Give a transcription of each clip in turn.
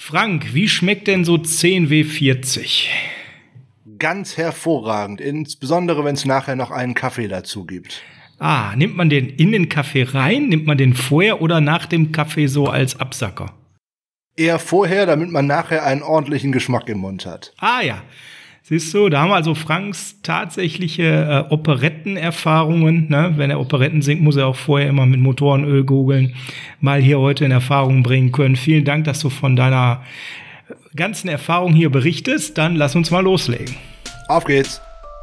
Frank, wie schmeckt denn so 10W40? Ganz hervorragend, insbesondere wenn es nachher noch einen Kaffee dazu gibt. Nimmt man den in den Kaffee rein, nimmt man den vorher oder nach dem Kaffee so als Absacker? Eher vorher, damit man nachher einen ordentlichen Geschmack im Mund hat. Ja. Siehst du, da haben wir also Franks tatsächliche Operettenerfahrungen. Ne? Wenn er Operetten singt, muss er auch vorher immer mit Motorenöl googeln. Mal hier heute in Erfahrung bringen können. Vielen Dank, dass du von deiner ganzen Erfahrung hier berichtest. Dann lass uns mal loslegen. Auf geht's.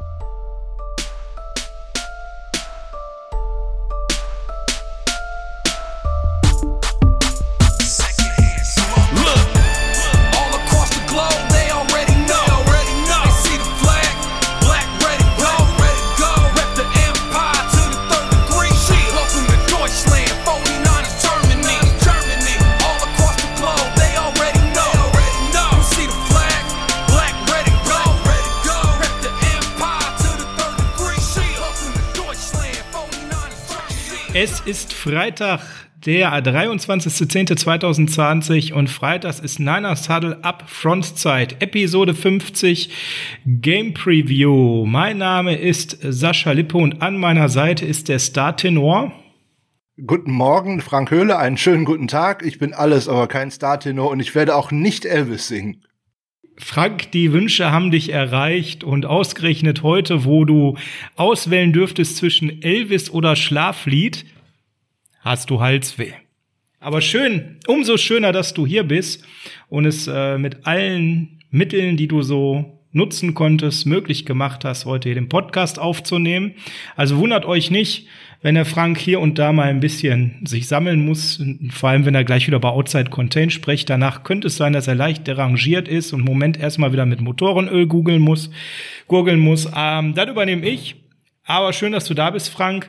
Es ist Freitag, der 23.10.2020 und freitags ist Niners Huddle Up Frontzeit, Episode 50, Game Preview. Mein Name ist Sascha Lippe und an meiner Seite ist der Star-Tenor. Guten Morgen, Frank Höhle, einen schönen guten Tag. Ich bin alles, aber kein Star-Tenor und ich werde auch nicht Elvis singen. Frank, die Wünsche haben dich erreicht und ausgerechnet heute, wo du auswählen dürftest zwischen Elvis oder Schlaflied, hast du Halsweh. Aber schön, umso schöner, dass du hier bist und es mit allen Mitteln, die du so nutzen konntest, möglich gemacht hast, heute hier den Podcast aufzunehmen. Also wundert euch nicht, wenn der Frank hier und da mal ein bisschen sich sammeln muss, vor allem wenn er gleich wieder bei Outside Contain spricht. Danach könnte es sein, dass er leicht derangiert ist und im Moment erstmal wieder mit Motorenöl gurgeln muss. Dann übernehme ich. Aber schön, dass du da bist, Frank.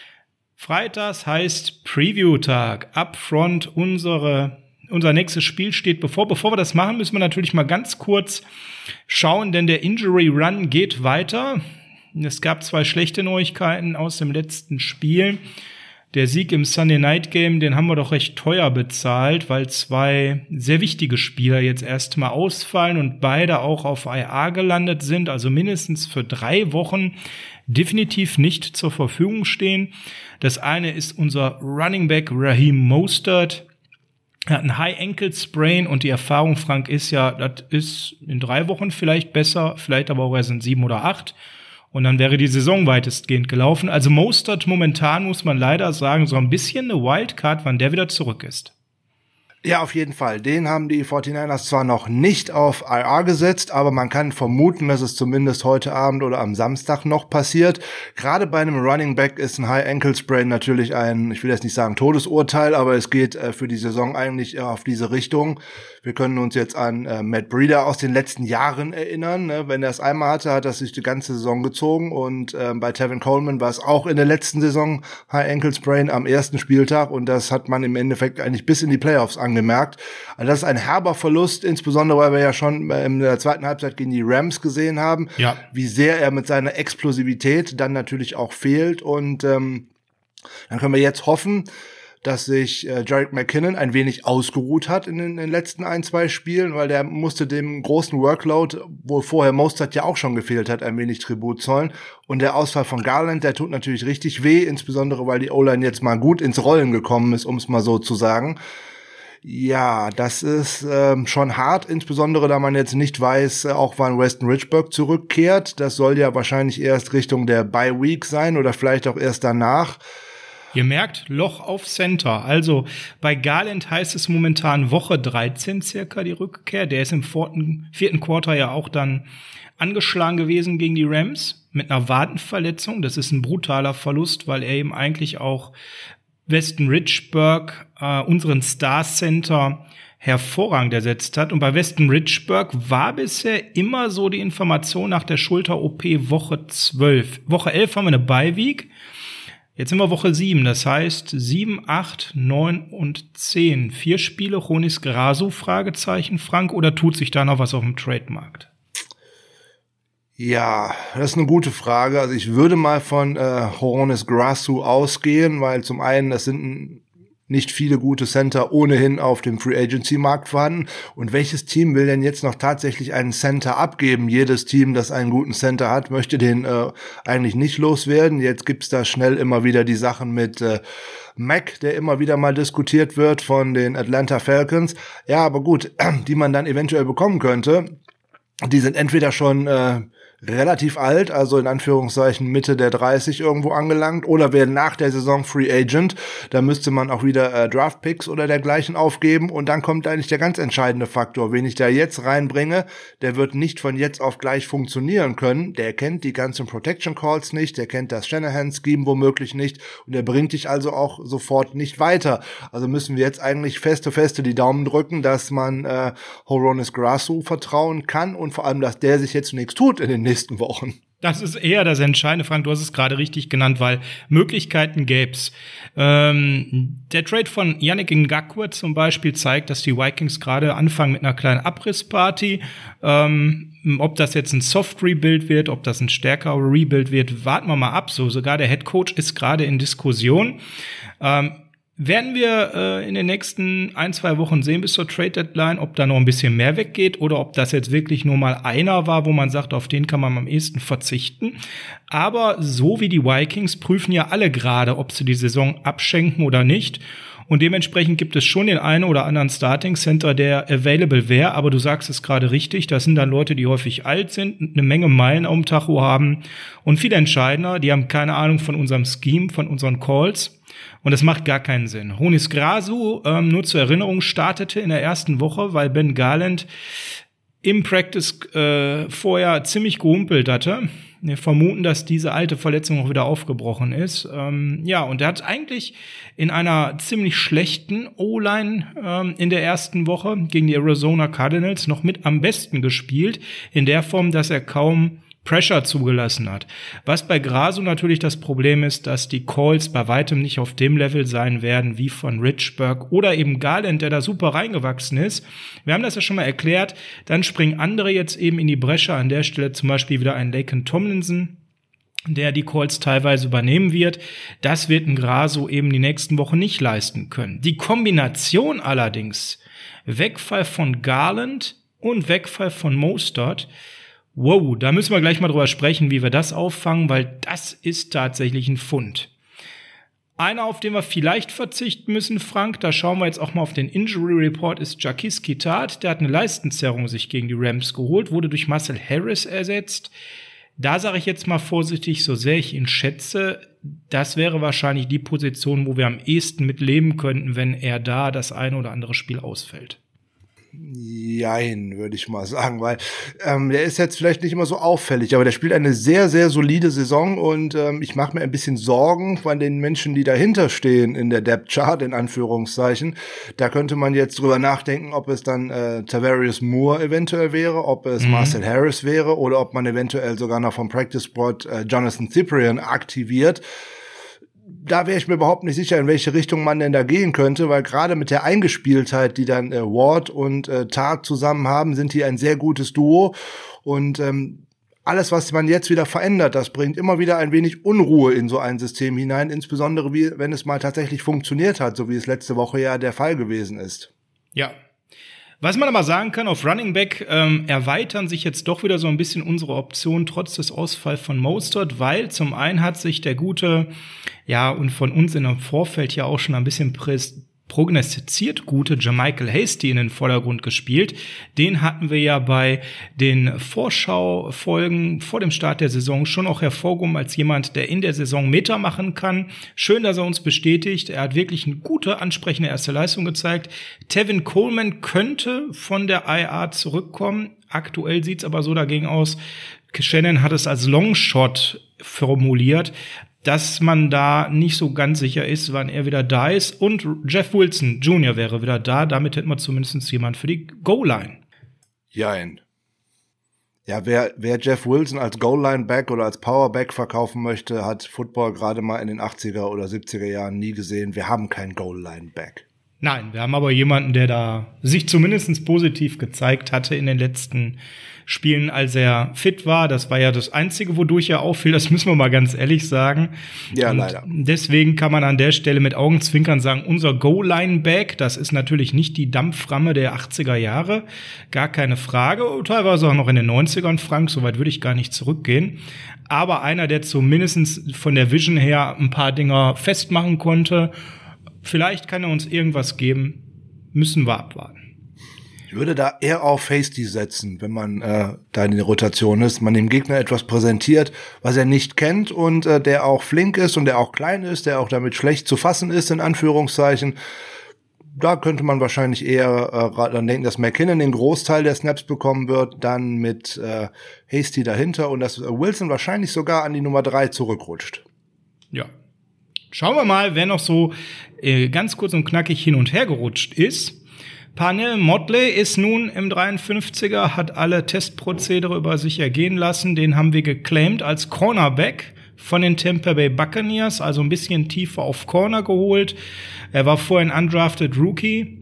Freitags heißt Preview-Tag. Upfront, unser nächstes Spiel steht bevor. Bevor wir das machen, müssen wir natürlich mal ganz kurz schauen, denn der Injury Run geht weiter. Es gab 2 schlechte Neuigkeiten aus dem letzten Spiel. Der Sieg im Sunday Night Game, den haben wir doch recht teuer bezahlt, weil 2 sehr wichtige Spieler jetzt erstmal ausfallen und beide auch auf IR gelandet sind, also mindestens für 3 Wochen definitiv nicht zur Verfügung stehen. Das eine ist unser Running Back Raheem Mostert. Er hat einen High Ankle Sprain und die Erfahrung, Frank, ist ja, das ist in 3 Wochen vielleicht besser, vielleicht aber auch erst in 7 oder 8. Und dann wäre die Saison weitestgehend gelaufen. Also Mostert momentan, muss man leider sagen, so ein bisschen eine Wildcard, wann der wieder zurück ist. Ja, auf jeden Fall. Den haben die 49ers zwar noch nicht auf IR gesetzt, aber man kann vermuten, dass es zumindest heute Abend oder am Samstag noch passiert. Gerade bei einem Running Back ist ein High Ankle Sprain natürlich ich will jetzt nicht sagen Todesurteil, aber es geht für die Saison eigentlich auf diese Richtung. Wir können uns jetzt an Matt Breida aus den letzten Jahren erinnern. Ne? Wenn er es einmal hatte, hat er sich die ganze Saison gezogen. Und bei Tevin Coleman war es auch in der letzten Saison High Ankle Sprain am ersten Spieltag. Und das hat man im Endeffekt eigentlich bis in die Playoffs angemerkt. Also das ist ein herber Verlust, insbesondere weil wir ja schon in der zweiten Halbzeit gegen die Rams gesehen haben, wie sehr er mit seiner Explosivität dann natürlich auch fehlt. Und dann können wir jetzt hoffen, dass sich Jerick McKinnon ein wenig ausgeruht hat in den letzten 1-2 Spielen, weil der musste dem großen Workload, wo vorher Mostert ja auch schon gefehlt hat, ein wenig Tribut zollen. Und der Ausfall von Garland, der tut natürlich richtig weh, insbesondere weil die O-Line jetzt mal gut ins Rollen gekommen ist, um es mal so zu sagen. Ja, das ist schon hart, insbesondere da man jetzt nicht weiß, auch wann Weston Richburg zurückkehrt. Das soll ja wahrscheinlich erst Richtung der Bye Week sein oder vielleicht auch erst danach. Ihr merkt, Loch auf Center. Also bei Garland heißt es momentan Woche 13 circa die Rückkehr. Der ist im vierten Quarter ja auch dann angeschlagen gewesen gegen die Rams mit einer Wadenverletzung. Das ist ein brutaler Verlust, weil er eben eigentlich auch Weston Richburg, unseren Star Center, hervorragend ersetzt hat. Und bei Weston Richburg war bisher immer so die Information nach der Schulter-OP Woche 12. Woche 11 haben wir eine Bye-Week. Jetzt sind wir Woche 7, das heißt 7, 8, 9 und 10. 4 Spiele, Ronis Grasu, Fragezeichen, Frank, oder tut sich da noch was auf dem Trademarkt? Ja, das ist eine gute Frage. Also ich würde mal von Hroniss Grasu ausgehen, weil zum einen, das sind nicht viele gute Center ohnehin auf dem Free-Agency-Markt vorhanden. Und welches Team will denn jetzt noch tatsächlich einen Center abgeben? Jedes Team, das einen guten Center hat, möchte den eigentlich nicht loswerden. Jetzt gibt's da schnell immer wieder die Sachen mit Mack, der immer wieder mal diskutiert wird von den Atlanta Falcons. Ja, aber gut, die man dann eventuell bekommen könnte, die sind entweder schon relativ alt, also in Anführungszeichen Mitte der 30 irgendwo angelangt, oder werden nach der Saison Free Agent. Da müsste man auch wieder Draft Picks oder dergleichen aufgeben, und dann kommt eigentlich der ganz entscheidende Faktor. Wen ich da jetzt reinbringe, der wird nicht von jetzt auf gleich funktionieren können. Der kennt die ganzen Protection Calls nicht, der kennt das Shanahan-Scheme womöglich nicht, und der bringt dich also auch sofort nicht weiter. Also müssen wir jetzt eigentlich feste die Daumen drücken, dass man Hroniss Grasu vertrauen kann, und vor allem, dass der sich jetzt nichts tut in den nächsten Wochen. Das ist eher das Entscheidende, Frank, du hast es gerade richtig genannt, weil Möglichkeiten gäb's. Der Trade von Yannick Ngakoue zum Beispiel zeigt, dass die Vikings gerade anfangen mit einer kleinen Abrissparty. Ob das jetzt ein Soft-Rebuild wird, ob das ein stärkerer Rebuild wird, warten wir mal ab. So, sogar der Head Coach ist gerade in Diskussion. Werden wir in den nächsten 1-2 Wochen sehen bis zur Trade-Deadline, ob da noch ein bisschen mehr weggeht oder ob das jetzt wirklich nur mal einer war, wo man sagt, auf den kann man am ehesten verzichten. Aber so wie die Vikings prüfen ja alle gerade, ob sie die Saison abschenken oder nicht. Und dementsprechend gibt es schon den einen oder anderen Starting Center, der available wäre. Aber du sagst es gerade richtig, das sind dann Leute, die häufig alt sind, eine Menge Meilen auf dem Tacho haben und viel entscheidender, die haben keine Ahnung von unserem Scheme, von unseren Calls. Und das macht gar keinen Sinn. Hroniss Grasu, nur zur Erinnerung, startete in der ersten Woche, weil Ben Garland im Practice vorher ziemlich gehumpelt hatte. Wir vermuten, dass diese alte Verletzung auch wieder aufgebrochen ist. Und er hat eigentlich in einer ziemlich schlechten O-Line in der ersten Woche gegen die Arizona Cardinals noch mit am besten gespielt. In der Form, dass er kaum Pressure zugelassen hat. Was bei Grasu natürlich das Problem ist, dass die Calls bei weitem nicht auf dem Level sein werden wie von Richburg oder eben Garland, der da super reingewachsen ist. Wir haben das ja schon mal erklärt. Dann springen andere jetzt eben in die Bresche. An der Stelle zum Beispiel wieder ein Laken Tomlinson, der die Calls teilweise übernehmen wird. Das wird ein Grasu eben die nächsten Wochen nicht leisten können. Die Kombination allerdings, Wegfall von Garland und Wegfall von Mostert, wow, da müssen wir gleich mal drüber sprechen, wie wir das auffangen, weil das ist tatsächlich ein Fund. Einer, auf den wir vielleicht verzichten müssen, Frank, da schauen wir jetzt auch mal auf den Injury Report, ist Jaquez Kittard. Der hat eine Leistenzerrung sich gegen die Rams geholt, wurde durch Marcel Harris ersetzt. Da sage ich jetzt mal vorsichtig, so sehr ich ihn schätze, das wäre wahrscheinlich die Position, wo wir am ehesten mit leben könnten, wenn er da das eine oder andere Spiel ausfällt. Jein, würde ich mal sagen, weil der ist jetzt vielleicht nicht immer so auffällig, aber der spielt eine sehr, sehr solide Saison, und ich mache mir ein bisschen Sorgen von den Menschen, die dahinter stehen in der Depth Chart, in Anführungszeichen. Da könnte man jetzt drüber nachdenken, ob es dann Tavarius Moore eventuell wäre, ob es Marcel Harris wäre oder ob man eventuell sogar noch vom Practice Squad Jonathan Cyprien aktiviert. Da wäre ich mir überhaupt nicht sicher, in welche Richtung man denn da gehen könnte, weil gerade mit der Eingespieltheit, die dann Ward und Tart zusammen haben, sind die ein sehr gutes Duo. Und alles, was man jetzt wieder verändert, das bringt immer wieder ein wenig Unruhe in so ein System hinein, insbesondere wenn es mal tatsächlich funktioniert hat, so wie es letzte Woche ja der Fall gewesen ist. Ja. Was man aber sagen kann, auf Running Back erweitern sich jetzt doch wieder so ein bisschen unsere Optionen trotz des Ausfalls von Mostert, weil zum einen hat sich der gute, ja, und von uns in dem Vorfeld ja auch schon ein bisschen prognostiziert gute Jermichael Hasty in den Vordergrund gespielt. Den hatten wir ja bei den Vorschaufolgen vor dem Start der Saison schon auch hervorgehoben als jemand, der in der Saison Meter machen kann. Schön, dass er uns bestätigt. Er hat wirklich eine gute, ansprechende erste Leistung gezeigt. Tevin Coleman könnte von der IR zurückkommen. Aktuell sieht's aber so dagegen aus. Shannon hat es als Longshot formuliert, dass man da nicht so ganz sicher ist, wann er wieder da ist. Und Jeff Wilson Jr. wäre wieder da. Damit hätten wir zumindest jemand für die Goal-Line. Jein. Ja, wer Jeff Wilson als Goal-Line-Back oder als Power-Back verkaufen möchte, hat Football gerade mal in den 80er oder 70er Jahren nie gesehen. Wir haben keinen Goal-Line-Back. Nein, wir haben aber jemanden, der da sich zumindest positiv gezeigt hatte in den letzten Spielen, als er fit war. Das war ja das Einzige, wodurch er auffiel, das müssen wir mal ganz ehrlich sagen. Ja, und leider. Deswegen kann man an der Stelle mit Augenzwinkern sagen, unser Goal-Line-Back, das ist natürlich nicht die Dampframme der 80er Jahre, gar keine Frage, teilweise auch noch in den 90ern, Frank, soweit würde ich gar nicht zurückgehen. Aber einer, der zumindest von der Vision her ein paar Dinger festmachen konnte. Vielleicht kann er uns irgendwas geben, müssen wir abwarten. Ich würde da eher auf Hasty setzen, wenn man da in der Rotation ist. Man dem Gegner etwas präsentiert, was er nicht kennt und der auch flink ist und der auch klein ist, der auch damit schlecht zu fassen ist, in Anführungszeichen. Da könnte man wahrscheinlich eher dann denken, dass McKinnon den Großteil der Snaps bekommen wird, dann mit Hasty dahinter und dass Wilson wahrscheinlich sogar an die Nummer 3 zurückrutscht. Ja. Schauen wir mal, wer noch so ganz kurz und knackig hin und her gerutscht ist. Parnell Motley ist nun im 53er, hat alle Testprozedere über sich ergehen lassen. Den haben wir geclaimed als Cornerback von den Tampa Bay Buccaneers, also ein bisschen tiefer auf Corner geholt. Er war vorhin undrafted Rookie.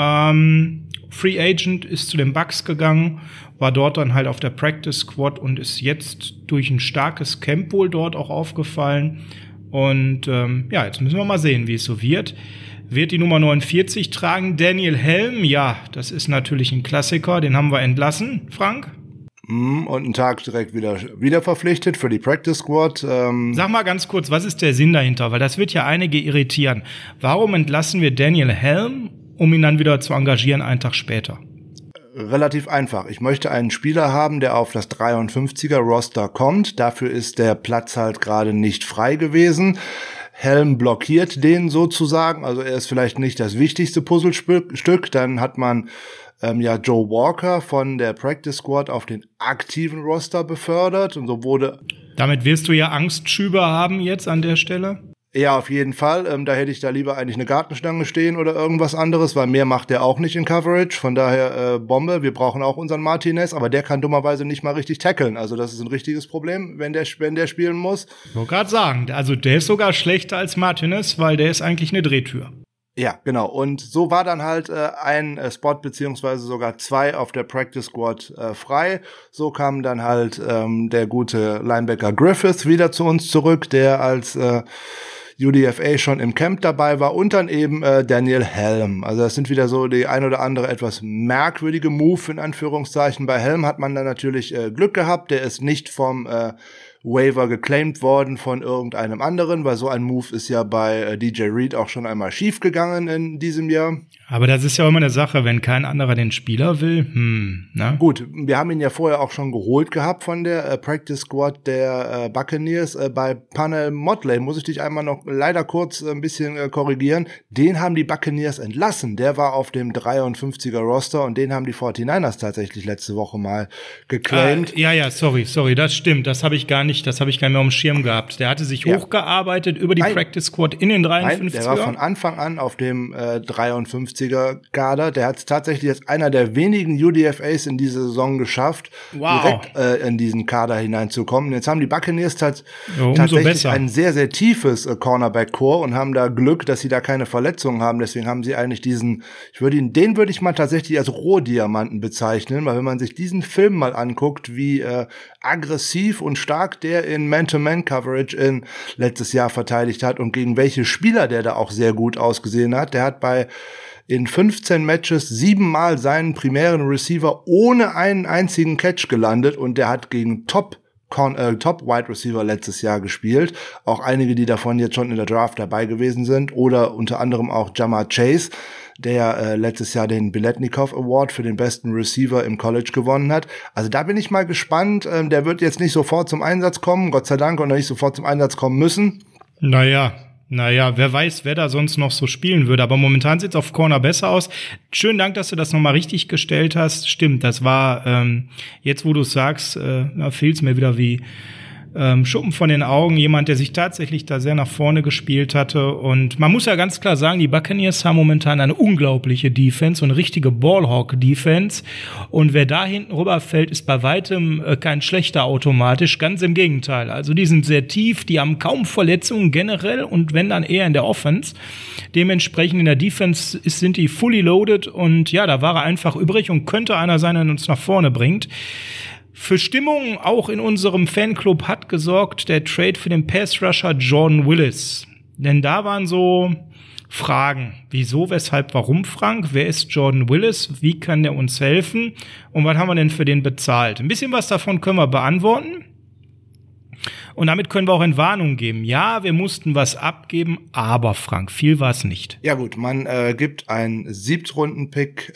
Free Agent, ist zu den Bucks gegangen, war dort dann halt auf der Practice Squad und ist jetzt durch ein starkes Camp wohl dort auch aufgefallen. Und ja, jetzt müssen wir mal sehen, wie es so wird. Wird die Nummer 49 tragen. Daniel Helm, ja, das ist natürlich ein Klassiker. Den haben wir entlassen, Frank. Und einen Tag direkt wieder verpflichtet für die Practice Squad. Sag mal ganz kurz, was ist der Sinn dahinter? Weil das wird ja einige irritieren. Warum entlassen wir Daniel Helm, um ihn dann wieder zu engagieren einen Tag später? Relativ einfach. Ich möchte einen Spieler haben, der auf das 53er Roster kommt. Dafür ist der Platz halt gerade nicht frei gewesen. Helm blockiert den sozusagen, also er ist vielleicht nicht das wichtigste Puzzlestück. Dann hat man Joe Walker von der Practice Squad auf den aktiven Roster befördert und so wurde. Damit wirst du ja Angstschübe haben jetzt an der Stelle. Ja, auf jeden Fall. Da hätte ich da lieber eigentlich eine Gartenstange stehen oder irgendwas anderes, weil mehr macht der auch nicht in Coverage. Von daher Bombe. Wir brauchen auch unseren Martinez, aber der kann dummerweise nicht mal richtig tackeln. Also das ist ein richtiges Problem, wenn der spielen muss. Ich wollte gerade sagen, also der ist sogar schlechter als Martinez, weil der ist eigentlich eine Drehtür. Ja, genau. Und so war dann halt ein Spot beziehungsweise sogar 2 auf der Practice Squad frei. So kam dann halt der gute Linebacker Griffith wieder zu uns zurück, der als UDFA schon im Camp dabei war und dann eben Daniel Helm. Also das sind wieder so die ein oder andere etwas merkwürdige Move in Anführungszeichen. Bei Helm hat man dann natürlich Glück gehabt. Der ist nicht vom Waiver geclaimed worden von irgendeinem anderen, weil so ein Move ist ja bei DJ Reed auch schon einmal schief gegangen in diesem Jahr. Aber das ist ja auch immer eine Sache, wenn kein anderer den Spieler will. Ne? Gut, wir haben ihn ja vorher auch schon geholt gehabt von der Practice Squad der Buccaneers. Bei Parnell Motley muss ich dich einmal noch leider kurz ein bisschen korrigieren. Den haben die Buccaneers entlassen. Der war auf dem 53er Roster und den haben die 49ers tatsächlich letzte Woche mal geclaimed. Sorry, das stimmt. Das habe ich gar nicht mehr auf dem Schirm gehabt. Der hatte sich hochgearbeitet über die Practice Squad in den 53er. Nein, der war von Anfang an auf dem 53er Kader. Der hat es tatsächlich als einer der wenigen UDFAs in dieser Saison geschafft, direkt in diesen Kader hineinzukommen. Jetzt haben die Buccaneers tatsächlich ein sehr, sehr tiefes Cornerback-Core und haben da Glück, dass sie da keine Verletzungen haben. Deswegen haben sie eigentlich den würde ich mal tatsächlich als Rohdiamanten bezeichnen, weil wenn man sich diesen Film mal anguckt, wie aggressiv und stark der in Man-to-Man-Coverage in letztes Jahr verteidigt hat und gegen welche Spieler der da auch sehr gut ausgesehen hat. Der hat in 15 Matches 7-mal seinen primären Receiver ohne einen einzigen Catch gelandet und der hat gegen Top Wide Receiver letztes Jahr gespielt. Auch einige, die davon jetzt schon in der Draft dabei gewesen sind oder unter anderem auch Ja'Marr Chase, der letztes Jahr den Biletnikoff Award für den besten Receiver im College gewonnen hat. Also da bin ich mal gespannt. Der wird jetzt nicht sofort zum Einsatz kommen, Gott sei Dank, und nicht sofort zum Einsatz kommen müssen. Naja, wer weiß, wer da sonst noch so spielen würde. Aber momentan sieht's auf Corner besser aus. Schönen Dank, dass du das nochmal richtig gestellt hast. Stimmt, das war, jetzt wo du es sagst, da fehlt's mir wieder wie Schuppen von den Augen, jemand, der sich tatsächlich da sehr nach vorne gespielt hatte. Und man muss ja ganz klar sagen, die Buccaneers haben momentan eine unglaubliche Defense und eine richtige Ballhawk-Defense. Und wer da hinten rüberfällt, ist bei weitem kein schlechter automatisch, ganz im Gegenteil. Also die sind sehr tief, die haben kaum Verletzungen generell und wenn dann eher in der Offense. Dementsprechend in der Defense sind die fully loaded und ja, da war er einfach übrig und könnte einer sein, der uns nach vorne bringt. Für Stimmung auch in unserem Fanclub hat gesorgt der Trade für den Pass-Rusher Jordan Willis. Denn da waren so Fragen. Wieso, weshalb, warum, Frank? Wer ist Jordan Willis? Wie kann der uns helfen? Und was haben wir denn für den bezahlt? Ein bisschen was davon können wir beantworten. Und damit können wir auch Entwarnung geben. Ja, wir mussten was abgeben, aber Frank, viel war es nicht. Ja gut, man gibt einen Sechstrunden-Pick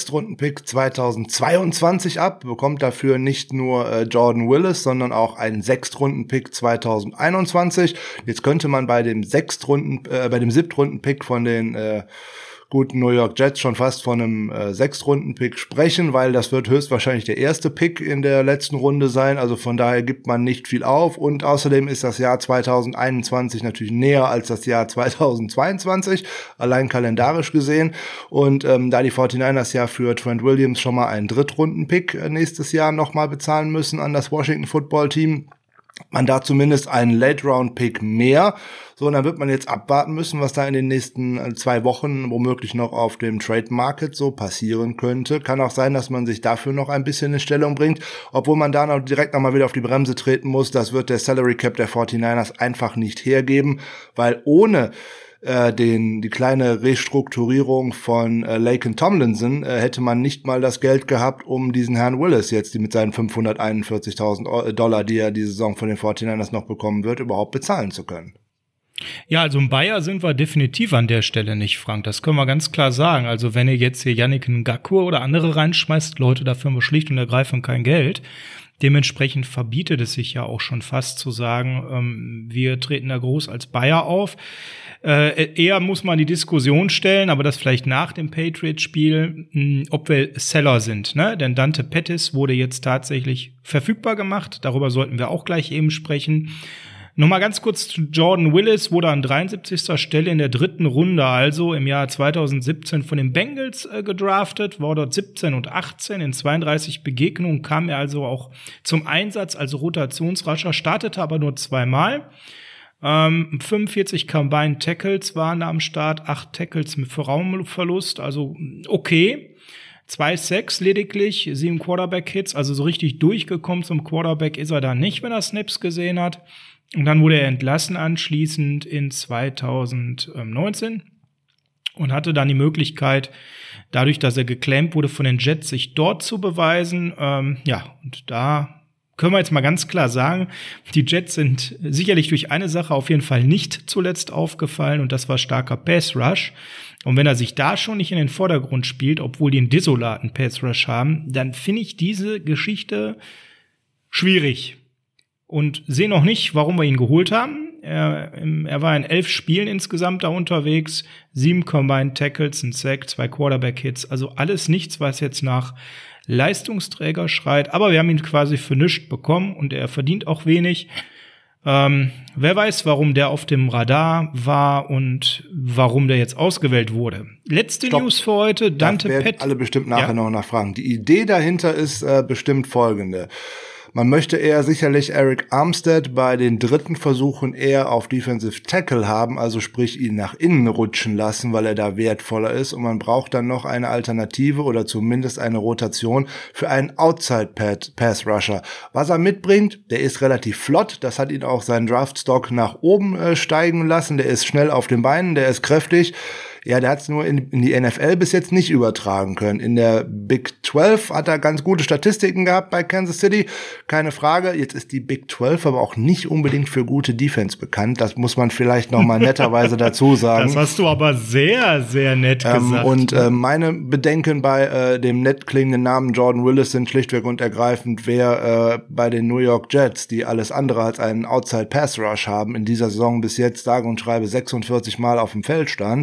2022 ab, bekommt dafür nicht nur Jordan Willis, sondern auch einen Sechstrunden-Pick 2021. Jetzt könnte man bei dem Siebtrunden-Pick von den guten New York Jets schon fast von einem Sechstrunden-Pick sprechen, weil das wird höchstwahrscheinlich der erste Pick in der letzten Runde sein. Also von daher gibt man nicht viel auf. Und außerdem ist das Jahr 2021 natürlich näher als das Jahr 2022, allein kalendarisch gesehen. Und da die 49ers ja für Trent Williams schon mal einen Drittrunden-Pick nächstes Jahr nochmal bezahlen müssen an das Washington Football Team, man da zumindest einen Late-Round-Pick mehr. So, und dann wird man jetzt abwarten müssen, was da in den nächsten 2 Wochen womöglich noch auf dem Trade-Market so passieren könnte. Kann auch sein, dass man sich dafür noch ein bisschen in Stellung bringt, obwohl man da noch direkt nochmal wieder auf die Bremse treten muss. Das wird der Salary Cap der 49ers einfach nicht hergeben, weil ohne die kleine Restrukturierung von Laken Tomlinson hätte man nicht mal das Geld gehabt, um diesen Herrn Willis jetzt mit seinen $541.000, die er diese Saison von den 49ers noch bekommen wird, überhaupt bezahlen zu können. Ja, also ein Bayer sind wir definitiv an der Stelle nicht, Frank. Das können wir ganz klar sagen. Also wenn ihr jetzt hier Yannick Ngakoue oder andere reinschmeißt, Leute, dafür haben wir schlicht und ergreifend kein Geld. Dementsprechend verbietet es sich ja auch schon fast zu sagen, wir treten da groß als Bayer auf. Eher muss man die Diskussion stellen, aber das vielleicht nach dem Patriots-Spiel, ob wir Seller sind, ne? Denn Dante Pettis wurde jetzt tatsächlich verfügbar gemacht. Darüber sollten wir auch gleich eben sprechen. Nochmal ganz kurz zu Jordan Willis, wurde an 73. Stelle in der 3. Runde, also im Jahr 2017 von den Bengals gedraftet, war dort 17 und 18. In 32 Begegnungen kam er also auch zum Einsatz als Rotationsrusher, startete aber nur 2-mal. 45 Combined Tackles waren da am Start, 8 Tackles für Raumverlust, also okay. 2 Sacks lediglich, 7 Quarterback-Hits, also so richtig durchgekommen zum Quarterback ist er da nicht, wenn er Snaps gesehen hat. Und dann wurde er entlassen anschließend in 2019 und hatte dann die Möglichkeit, dadurch, dass er geclaimed wurde von den Jets, sich dort zu beweisen. Und da können wir jetzt mal ganz klar sagen, die Jets sind sicherlich durch eine Sache auf jeden Fall nicht zuletzt aufgefallen und das war starker Pass-Rush. Und wenn er sich da schon nicht in den Vordergrund spielt, obwohl die einen desolaten Pass-Rush haben, dann finde ich diese Geschichte schwierig. Und sehe noch nicht, warum wir ihn geholt haben. Er war in 11 Spielen insgesamt da unterwegs, 7 Combined Tackles, ein Sack, 2 Quarterback-Hits, also alles nichts, was jetzt nach Leistungsträger schreit. Aber wir haben ihn quasi für nichts bekommen und er verdient auch wenig. Wer weiß, warum der auf dem Radar war und warum der jetzt ausgewählt wurde. Letzte News für heute, Dante Pettis. Alle bestimmt nachher noch nachfragen. Die Idee dahinter ist bestimmt folgende. Man möchte eher sicherlich Eric Armstead bei den dritten Versuchen eher auf Defensive Tackle haben, also sprich ihn nach innen rutschen lassen, weil er da wertvoller ist und man braucht dann noch eine Alternative oder zumindest eine Rotation für einen Outside Pass Rusher. Was er mitbringt, der ist relativ flott, das hat ihn auch seinen Draftstock nach oben steigen lassen, der ist schnell auf den Beinen, der ist kräftig. Ja, der hat es nur in die NFL bis jetzt nicht übertragen können. In der Big 12 hat er ganz gute Statistiken gehabt bei Kansas City, keine Frage. Jetzt ist die Big 12 aber auch nicht unbedingt für gute Defense bekannt. Das muss man vielleicht noch mal netterweise dazu sagen. Das hast du aber sehr, sehr nett gesagt. Und meine Bedenken bei dem nett klingenden Namen Jordan Willis sind schlichtweg und ergreifend, wer bei den New York Jets, die alles andere als einen Outside Pass Rush haben, in dieser Saison bis jetzt sage und schreibe 46 Mal auf dem Feld stand.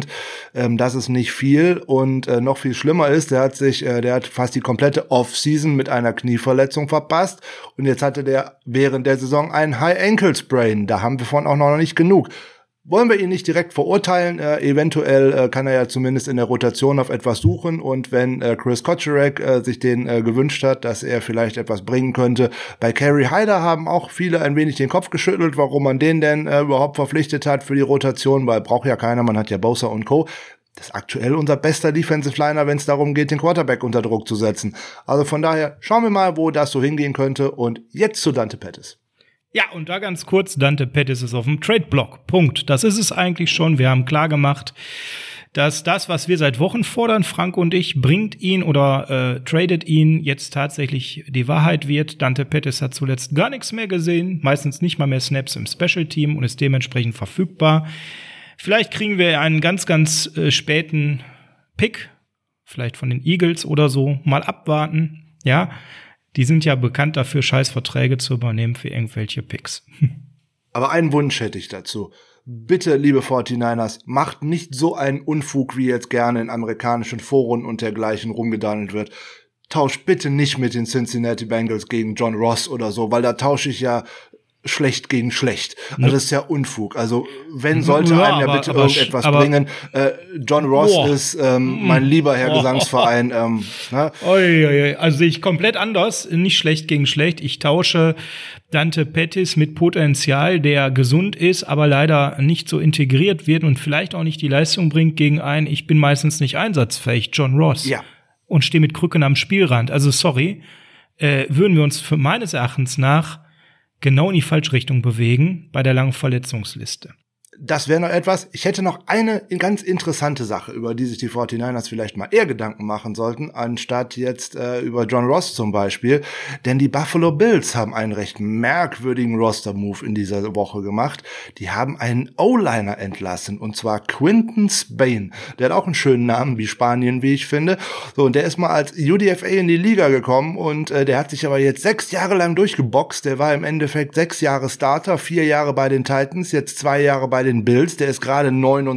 Das ist nicht viel und noch viel schlimmer ist, der hat fast die komplette Offseason mit einer Knieverletzung verpasst und jetzt hatte der während der Saison einen High Ankle Sprain. Da haben wir von auch noch nicht genug. Wollen wir ihn nicht direkt verurteilen, eventuell kann er ja zumindest in der Rotation auf etwas suchen und wenn Chris Kocherek sich den gewünscht hat, dass er vielleicht etwas bringen könnte. Bei Kerry Hyder haben auch viele ein wenig den Kopf geschüttelt, warum man den denn überhaupt verpflichtet hat für die Rotation, weil braucht ja keiner, man hat ja Bosa und Co. Das ist aktuell unser bester Defensive Liner, wenn es darum geht, den Quarterback unter Druck zu setzen. Also von daher schauen wir mal, wo das so hingehen könnte und jetzt zu Dante Pettis. Ja, und da ganz kurz, Dante Pettis ist auf dem Trade-Block. Punkt. Das ist es eigentlich schon. Wir haben klar gemacht, dass das, was wir seit Wochen fordern, Frank und ich, bringt ihn oder tradet ihn, jetzt tatsächlich die Wahrheit wird. Dante Pettis hat zuletzt gar nichts mehr gesehen, meistens nicht mal mehr Snaps im Special-Team und ist dementsprechend verfügbar. Vielleicht kriegen wir einen ganz, ganz späten Pick, vielleicht von den Eagles oder so, mal abwarten, ja. Die sind ja bekannt dafür, Scheißverträge zu übernehmen für irgendwelche Picks. Aber einen Wunsch hätte ich dazu. Bitte, liebe 49ers, macht nicht so einen Unfug, wie jetzt gerne in amerikanischen Foren und dergleichen rumgedannelt wird. Tauscht bitte nicht mit den Cincinnati Bengals gegen John Ross oder so, weil da tausche ich ja schlecht gegen schlecht. Also das ist ja Unfug. Also wenn sollte einem ja bitte irgendetwas bringen. John Ross ist mein lieber Herr Gesangsverein. Ne? Also sehe ich komplett anders. Nicht schlecht gegen schlecht. Ich tausche Dante Pettis mit Potenzial, der gesund ist, aber leider nicht so integriert wird und vielleicht auch nicht die Leistung bringt gegen einen, ich bin meistens nicht einsatzfähig, John Ross. Ja. Und stehe mit Krücken am Spielrand. Also sorry, würden wir uns für meines Erachtens nach genau in die falsche Richtung bewegen bei der langen Verletzungsliste. Das wäre noch etwas. Ich hätte noch eine ganz interessante Sache, über die sich die 49ers vielleicht mal eher Gedanken machen sollten, anstatt jetzt über John Ross zum Beispiel. Denn die Buffalo Bills haben einen recht merkwürdigen Roster-Move in dieser Woche gemacht. Die haben einen O-Liner entlassen, und zwar Quinton Spain. Der hat auch einen schönen Namen wie Spanien, wie ich finde. So, und der ist mal als UDFA in die Liga gekommen und der hat sich aber jetzt 6 Jahre lang durchgeboxt. Der war im Endeffekt 6 Jahre Starter, 4 Jahre bei den Titans, jetzt 2 Jahre bei den Bills, der ist gerade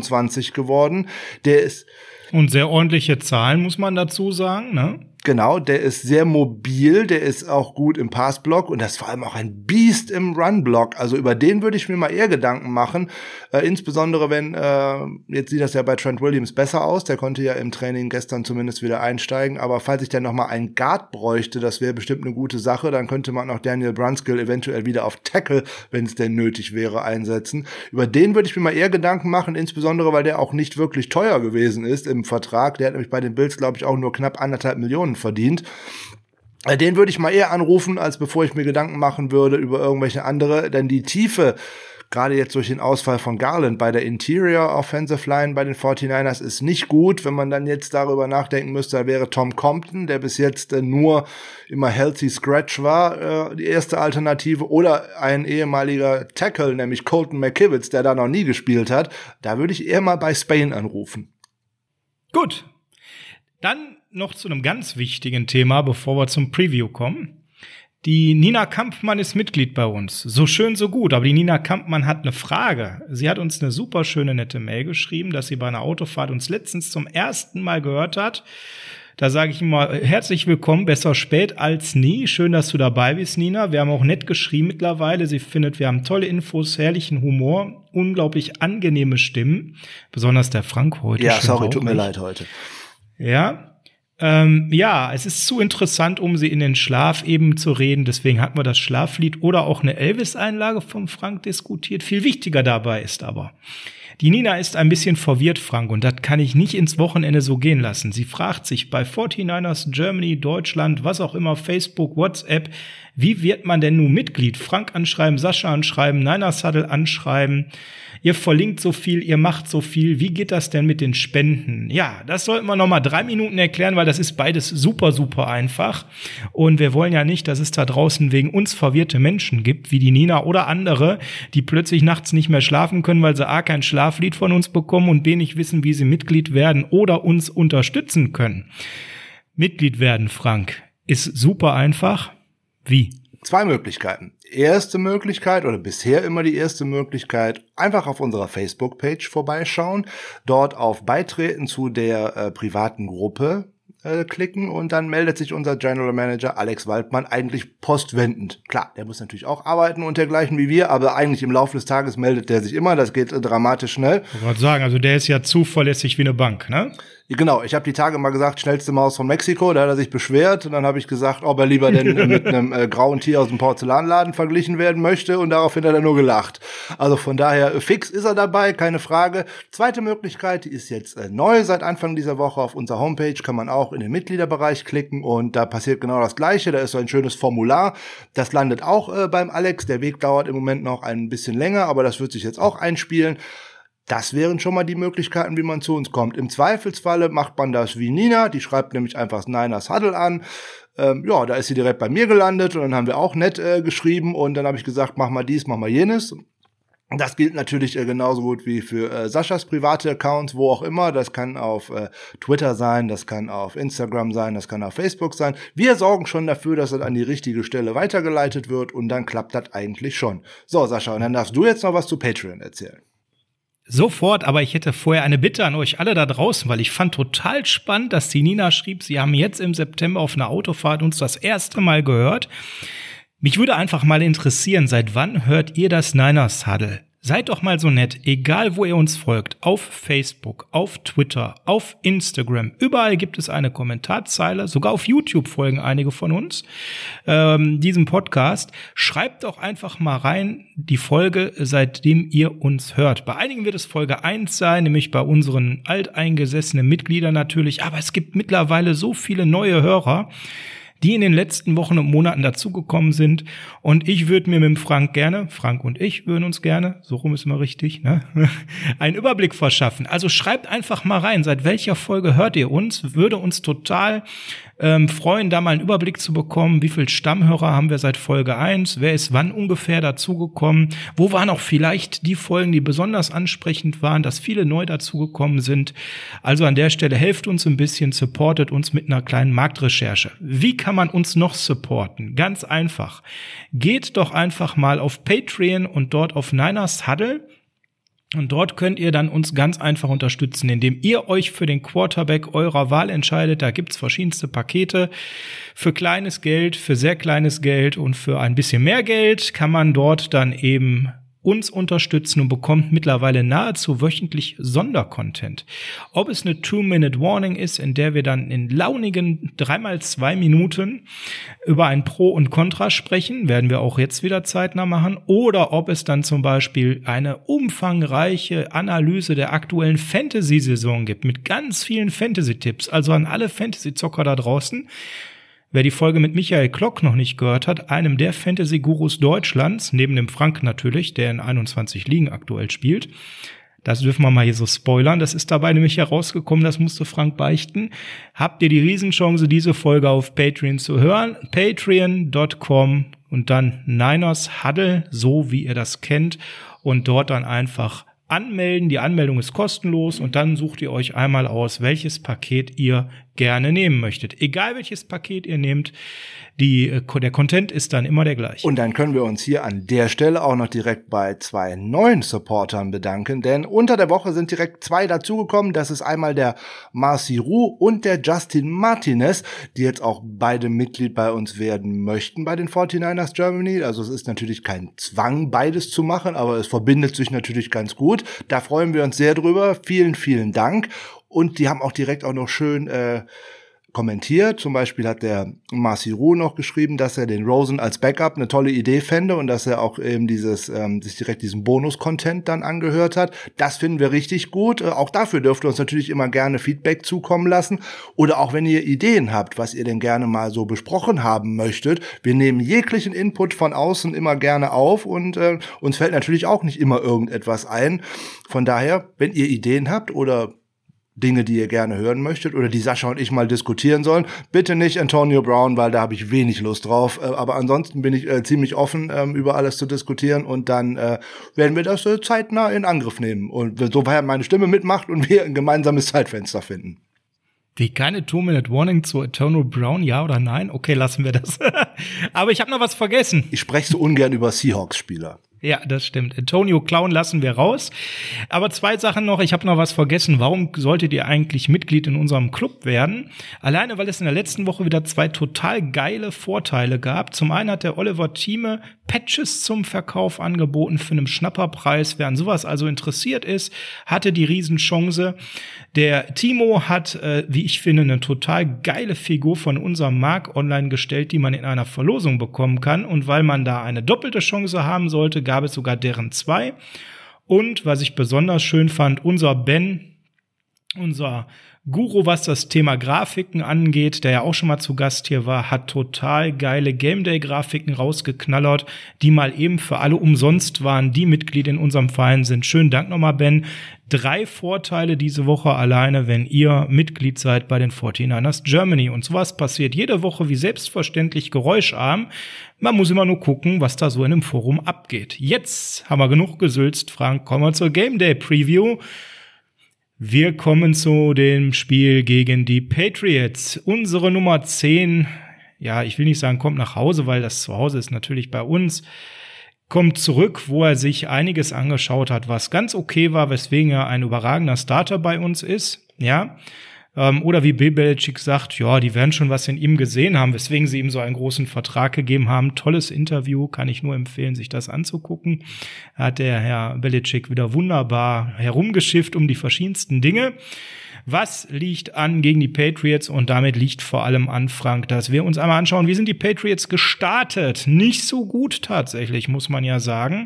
29 geworden, der ist und sehr ordentliche Zahlen, muss man dazu sagen, ne? Genau, der ist sehr mobil, der ist auch gut im Passblock und das ist vor allem auch ein Biest im Runblock. Also über den würde ich mir mal eher Gedanken machen, insbesondere wenn, jetzt sieht das ja bei Trent Williams besser aus, der konnte ja im Training gestern zumindest wieder einsteigen, aber falls ich dann nochmal einen Guard bräuchte, das wäre bestimmt eine gute Sache, dann könnte man auch Daniel Brunskill eventuell wieder auf Tackle, wenn es denn nötig wäre, einsetzen. Über den würde ich mir mal eher Gedanken machen, insbesondere weil der auch nicht wirklich teuer gewesen ist im Vertrag, der hat nämlich bei den Bills, glaube ich, auch nur knapp 1,5 Millionen verdient. Den würde ich mal eher anrufen, als bevor ich mir Gedanken machen würde über irgendwelche andere, denn die Tiefe, gerade jetzt durch den Ausfall von Garland bei der Interior Offensive Line bei den 49ers ist nicht gut. Wenn man dann jetzt darüber nachdenken müsste, da wäre Tom Compton, der bis jetzt nur immer Healthy Scratch war, die erste Alternative, oder ein ehemaliger Tackle, nämlich Colton McKivitz, der da noch nie gespielt hat. Da würde ich eher mal bei Spain anrufen. Gut. Dann noch zu einem ganz wichtigen Thema, bevor wir zum Preview kommen. Die Nina Kampmann ist Mitglied bei uns. So schön, so gut. Aber die Nina Kampmann hat eine Frage. Sie hat uns eine super schöne, nette Mail geschrieben, dass sie bei einer Autofahrt uns letztens zum ersten Mal gehört hat. Da sage ich immer, herzlich willkommen, besser spät als nie. Schön, dass du dabei bist, Nina. Wir haben auch nett geschrieben mittlerweile. Sie findet, wir haben tolle Infos, herrlichen Humor, unglaublich angenehme Stimmen. Besonders der Frank heute. Ja, sorry, tut mir leid heute. Ja. Ja, es ist zu interessant, um sie in den Schlaf eben zu reden. Deswegen hatten wir das Schlaflied oder auch eine Elvis-Einlage vom Frank diskutiert. Viel wichtiger dabei ist aber, die Nina ist ein bisschen verwirrt, Frank, und das kann ich nicht ins Wochenende so gehen lassen. Sie fragt sich bei 49ers Germany, Deutschland, was auch immer, Facebook, WhatsApp, wie wird man denn nun Mitglied? Frank anschreiben, Sascha anschreiben, Niners Huddle anschreiben. Ihr verlinkt so viel, ihr macht so viel. Wie geht das denn mit den Spenden? Ja, das sollten wir noch mal 3 Minuten erklären, weil das ist beides super, super einfach. Und wir wollen ja nicht, dass es da draußen wegen uns verwirrte Menschen gibt, wie die Nina oder andere, die plötzlich nachts nicht mehr schlafen können, weil sie A, kein Schlaflied von uns bekommen und B, nicht wissen, wie sie Mitglied werden oder uns unterstützen können. Mitglied werden, Frank, ist super einfach. Wie? 2 Möglichkeiten. Erste Möglichkeit oder bisher immer die erste Möglichkeit, einfach auf unserer Facebook-Page vorbeischauen, dort auf Beitreten zu der privaten Gruppe klicken und dann meldet sich unser General Manager Alex Waldmann eigentlich postwendend. Klar, der muss natürlich auch arbeiten und dergleichen wie wir, aber eigentlich im Laufe des Tages meldet der sich immer, das geht dramatisch schnell. Ich wollte sagen, also der ist ja zuverlässig wie eine Bank, ne? Genau, ich habe die Tage mal gesagt, schnellste Maus von Mexiko, da hat er sich beschwert und dann habe ich gesagt, ob er lieber denn mit einem grauen Tier aus dem Porzellanladen verglichen werden möchte und daraufhin hat er nur gelacht. Also von daher, fix ist er dabei, keine Frage. Zweite Möglichkeit, die ist jetzt neu seit Anfang dieser Woche auf unserer Homepage, kann man auch in den Mitgliederbereich klicken und da passiert genau das Gleiche, da ist so ein schönes Formular, das landet auch beim Alex, der Weg dauert im Moment noch ein bisschen länger, aber das wird sich jetzt auch einspielen. Das wären schon mal die Möglichkeiten, wie man zu uns kommt. Im Zweifelsfalle macht man das wie Nina, die schreibt nämlich einfach Niners Huddle an. Ja, da ist sie direkt bei mir gelandet und dann haben wir auch nett geschrieben und dann habe ich gesagt, mach mal dies, mach mal jenes. Das gilt natürlich genauso gut wie für Saschas private Accounts, wo auch immer. Das kann auf Twitter sein, das kann auf Instagram sein, das kann auf Facebook sein. Wir sorgen schon dafür, dass das an die richtige Stelle weitergeleitet wird und dann klappt das eigentlich schon. So, Sascha, und dann darfst du jetzt noch was zu Patreon erzählen. Sofort, aber ich hätte vorher eine Bitte an euch alle da draußen, weil ich fand total spannend, dass die Nina schrieb, sie haben jetzt im September auf einer Autofahrt uns das erste Mal gehört. Mich würde einfach mal interessieren, seit wann hört ihr das Niners Huddle? Seid doch mal so nett, egal wo ihr uns folgt, auf Facebook, auf Twitter, auf Instagram, überall gibt es eine Kommentarzeile, sogar auf YouTube folgen einige von uns, diesem Podcast. Schreibt doch einfach mal rein die Folge, seitdem ihr uns hört. Bei einigen wird es Folge 1 sein, nämlich bei unseren alteingesessenen Mitgliedern natürlich, aber es gibt mittlerweile so viele neue Hörer, die in den letzten Wochen und Monaten dazugekommen sind. Und ich würde mir mit dem Frank und ich würden uns gerne, so rum ist immer richtig, ne, einen Überblick verschaffen. Also schreibt einfach mal rein, seit welcher Folge hört ihr uns? Würde uns total freuen, da mal einen Überblick zu bekommen, wie viel Stammhörer haben wir seit Folge 1, wer ist wann ungefähr dazugekommen, wo waren auch vielleicht die Folgen, die besonders ansprechend waren, dass viele neu dazugekommen sind. Also an der Stelle helft uns ein bisschen, supportet uns mit einer kleinen Marktrecherche. Wie kann man uns noch supporten? Ganz einfach. Geht doch einfach mal auf Patreon und dort auf Niners Huddle. Und dort könnt ihr dann uns ganz einfach unterstützen, indem ihr euch für den Quarterback eurer Wahl entscheidet. Da gibt's verschiedenste Pakete. Für kleines Geld, für sehr kleines Geld und für ein bisschen mehr Geld kann man dort dann eben uns unterstützen und bekommt mittlerweile nahezu wöchentlich Sondercontent. Ob es eine 2-Minute-Warning ist, in der wir dann in launigen 3x2 Minuten über ein Pro und Contra sprechen, werden wir auch jetzt wieder zeitnah machen, oder ob es dann zum Beispiel eine umfangreiche Analyse der aktuellen Fantasy-Saison gibt, mit ganz vielen Fantasy-Tipps, also an alle Fantasy-Zocker da draußen. Wer die Folge mit Michael Klock noch nicht gehört hat, einem der Fantasy-Gurus Deutschlands, neben dem Frank natürlich, der in 21 Ligen aktuell spielt, das dürfen wir mal hier so spoilern, das ist dabei nämlich herausgekommen, das musste Frank beichten, habt ihr die Riesenchance, diese Folge auf Patreon zu hören, patreon.com und dann Niners Huddle, so wie ihr das kennt, und dort dann einfach anmelden. Die Anmeldung ist kostenlos und dann sucht ihr euch einmal aus, welches Paket ihr gerne nehmen möchtet. Egal welches Paket ihr nehmt, der Content ist dann immer der gleiche. Und dann können wir uns hier an der Stelle auch noch direkt bei 2 neuen Supportern bedanken, denn unter der Woche sind direkt 2 dazugekommen. Das ist einmal der Marcy Roux und der Justin Martinez, die jetzt auch beide Mitglied bei uns werden möchten bei den 49ers Germany. Also es ist natürlich kein Zwang, beides zu machen, aber es verbindet sich natürlich ganz gut. Da freuen wir uns sehr drüber. Vielen, vielen Dank. Und die haben auch direkt auch noch schön kommentiert. Zum Beispiel hat der Marcy Roux noch geschrieben, dass er den Rosen als Backup eine tolle Idee fände und dass er auch eben sich direkt diesen Bonus-Content dann angehört hat. Das finden wir richtig gut. Auch dafür dürft ihr uns natürlich immer gerne Feedback zukommen lassen. Oder auch wenn ihr Ideen habt, was ihr denn gerne mal so besprochen haben möchtet. Wir nehmen jeglichen Input von außen immer gerne auf und uns fällt natürlich auch nicht immer irgendetwas ein. Von daher, wenn ihr Ideen habt oder Dinge, die ihr gerne hören möchtet oder die Sascha und ich mal diskutieren sollen, bitte nicht Antonio Brown, weil da habe ich wenig Lust drauf. Aber ansonsten bin ich ziemlich offen, über alles zu diskutieren und dann werden wir das zeitnah in Angriff nehmen. Und sofern meine Stimme mitmacht und wir ein gemeinsames Zeitfenster finden. Wie, keine 2-Minute-Warning zu Antonio Brown, ja oder nein? Okay, lassen wir das. Aber ich habe noch was vergessen. Ich spreche so ungern über Seahawks-Spieler. Ja, das stimmt. Antonio Clown lassen wir raus. Aber 2 Sachen noch. Ich habe noch was vergessen. Warum solltet ihr eigentlich Mitglied in unserem Club werden? Alleine, weil es in der letzten Woche wieder 2 total geile Vorteile gab. Zum einen hat der Oliver Thieme Patches zum Verkauf angeboten für einen Schnapperpreis. Wer an sowas also interessiert ist, hatte die Riesenchance. Der Timo hat, wie ich finde, eine total geile Figur von unserem Marc online gestellt, die man in einer Verlosung bekommen kann. Und weil man da eine doppelte Chance haben sollte, gab es sogar deren 2. Und was ich besonders schön fand, unser Ben, unser Guru, was das Thema Grafiken angeht, der ja auch schon mal zu Gast hier war, hat total geile Game-Day-Grafiken rausgeknallert, die mal eben für alle umsonst waren, die Mitglied in unserem Verein sind. Schönen Dank nochmal, Ben. 3 Vorteile diese Woche alleine, wenn ihr Mitglied seid bei den 49ers Germany. Und sowas passiert jede Woche wie selbstverständlich geräuscharm. Man muss immer nur gucken, was da so in einem Forum abgeht. Jetzt haben wir genug gesülzt, Frank. Kommen wir zur Game-Day-Preview. Wir kommen zu dem Spiel gegen die Patriots. Unsere Nummer 10, ja, ich will nicht sagen, kommt nach Hause, weil das Zuhause ist natürlich bei uns, kommt zurück, wo er sich einiges angeschaut hat, was ganz okay war, weswegen er ein überragender Starter bei uns ist, ja. Oder wie Bill Belichick sagt, ja, die werden schon was in ihm gesehen haben, weswegen sie ihm so einen großen Vertrag gegeben haben. Tolles Interview, kann ich nur empfehlen, sich das anzugucken. Hat der Herr Belichick wieder wunderbar herumgeschifft um die verschiedensten Dinge. Was liegt an gegen die Patriots? Und damit liegt vor allem an, Frank, dass wir uns einmal anschauen, wie sind die Patriots gestartet? Nicht so gut tatsächlich, muss man ja sagen.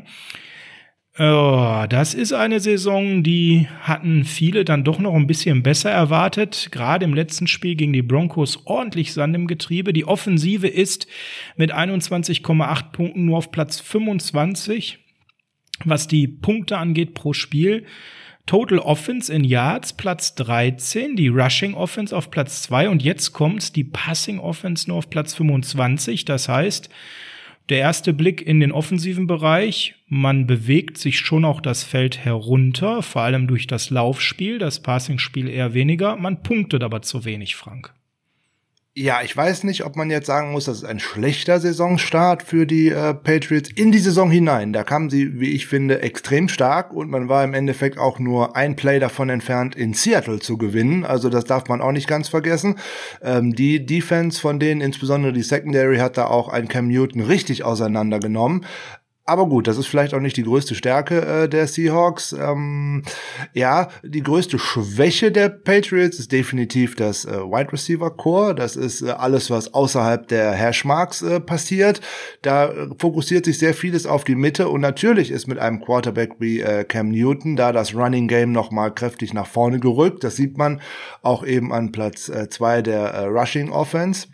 Das ist eine Saison, die hatten viele dann doch noch ein bisschen besser erwartet. Gerade im letzten Spiel gegen die Broncos ordentlich Sand im Getriebe. Die Offensive ist mit 21,8 Punkten nur auf Platz 25, was die Punkte angeht pro Spiel. Total Offense in Yards Platz 13, die Rushing Offense auf Platz 2 und jetzt kommt die Passing Offense nur auf Platz 25. Das heißt, der erste Blick in den offensiven Bereich, man bewegt sich schon auch das Feld herunter, vor allem durch das Laufspiel, das Passingspiel eher weniger, man punktet aber zu wenig, Frank. Ja, ich weiß nicht, ob man jetzt sagen muss, das ist ein schlechter Saisonstart für die Patriots in die Saison hinein. Da kamen sie, wie ich finde, extrem stark und man war im Endeffekt auch nur ein Play davon entfernt, in Seattle zu gewinnen. Also das darf man auch nicht ganz vergessen. Die Defense von denen, insbesondere die Secondary, hat da auch einen Cam Newton richtig auseinandergenommen. Aber gut, das ist vielleicht auch nicht die größte Stärke der Seahawks. Ja, die größte Schwäche der Patriots ist definitiv das Wide Receiver Core. Das ist alles, was außerhalb der Hashmarks passiert. Da fokussiert sich sehr vieles auf die Mitte und natürlich ist mit einem Quarterback wie Cam Newton da das Running Game nochmal kräftig nach vorne gerückt. Das sieht man auch eben an Platz 2 der Rushing Offense.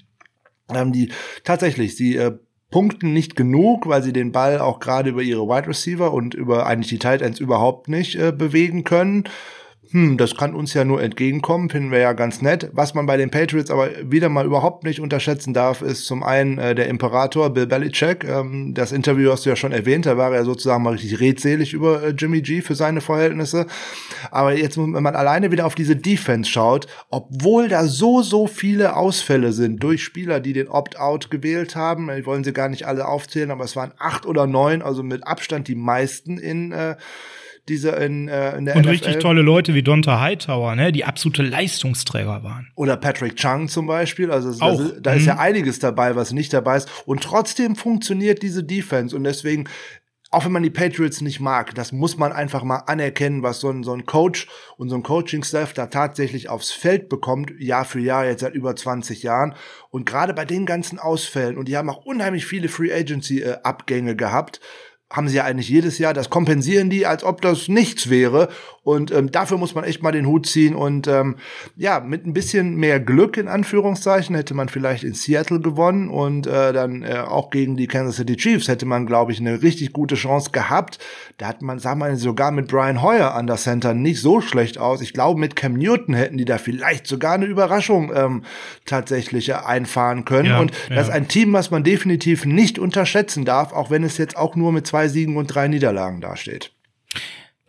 Sie punkten nicht genug, weil sie den Ball auch gerade über ihre Wide Receiver und über eigentlich die Tight Ends überhaupt nicht bewegen können. Das kann uns ja nur entgegenkommen, finden wir ja ganz nett. Was man bei den Patriots aber wieder mal überhaupt nicht unterschätzen darf, ist zum einen der Imperator Bill Belichick. Das Interview hast du ja schon erwähnt, da war er sozusagen mal richtig redselig über Jimmy G für seine Verhältnisse. Aber jetzt, wenn man alleine wieder auf diese Defense schaut, obwohl da so viele Ausfälle sind durch Spieler, die den Opt-out gewählt haben, wir wollen sie gar nicht alle aufzählen, aber es waren 8 oder 9, also mit Abstand die meisten in der und NFL. Richtig tolle Leute wie Donta Hightower, ne, die absolute Leistungsträger waren. Oder Patrick Chung zum Beispiel. Also auch. Da ist ja einiges dabei, was nicht dabei ist. Und trotzdem funktioniert diese Defense. Und deswegen, auch wenn man die Patriots nicht mag, das muss man einfach mal anerkennen, was so ein Coach und so ein Coaching-Staff da tatsächlich aufs Feld bekommt, Jahr für Jahr, jetzt seit über 20 Jahren. Und gerade bei den ganzen Ausfällen, und die haben auch unheimlich viele Free-Agency-Abgänge gehabt, haben sie ja eigentlich jedes Jahr, das kompensieren die, als ob das nichts wäre. Und dafür muss man echt mal den Hut ziehen. Und mit ein bisschen mehr Glück, in Anführungszeichen, hätte man vielleicht in Seattle gewonnen. Und dann auch gegen die Kansas City Chiefs hätte man, glaube ich, eine richtig gute Chance gehabt. Da hat man, sah man sogar mit Brian Hoyer an der Center nicht so schlecht aus. Ich glaube, mit Cam Newton hätten die da vielleicht sogar eine Überraschung tatsächlich einfahren können. Ja, und das ist ein Team, was man definitiv nicht unterschätzen darf, auch wenn es jetzt auch nur mit 2 Siegen und 3 Niederlagen dasteht.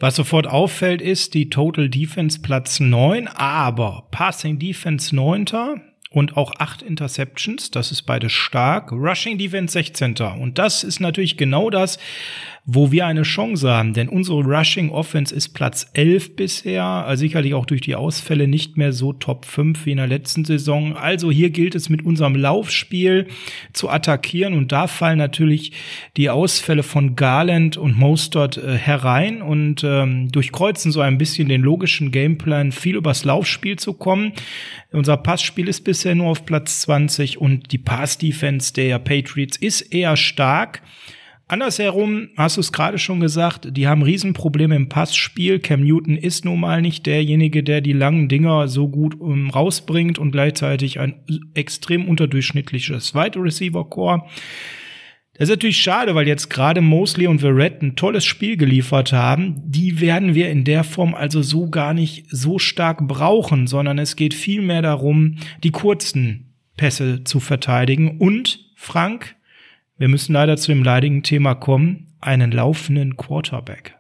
Was sofort auffällt, ist die Total Defense Platz 9, aber Passing Defense 9. und auch 8 Interceptions, das ist beides stark. Rushing Defense 16. Und das ist natürlich genau das, wo wir eine Chance haben, denn unsere Rushing Offense ist Platz 11 bisher, also sicherlich auch durch die Ausfälle nicht mehr so Top 5 wie in der letzten Saison. Also hier gilt es mit unserem Laufspiel zu attackieren und da fallen natürlich die Ausfälle von Garland und Mostert herein und durchkreuzen so ein bisschen den logischen Gameplan, viel übers Laufspiel zu kommen. Unser Passspiel ist bisher nur auf Platz 20 und die Pass-Defense der Patriots ist eher stark. Andersherum, hast du es gerade schon gesagt, die haben Riesenprobleme im Passspiel. Cam Newton ist nun mal nicht derjenige, der die langen Dinger so gut rausbringt und gleichzeitig ein extrem unterdurchschnittliches Wide Receiver Core. Das ist natürlich schade, weil jetzt gerade Mosley und Verrett ein tolles Spiel geliefert haben. Die werden wir in der Form also so gar nicht so stark brauchen, sondern es geht vielmehr darum, die kurzen Pässe zu verteidigen. Und, Frank, wir müssen leider zu dem leidigen Thema kommen, einen laufenden Quarterback.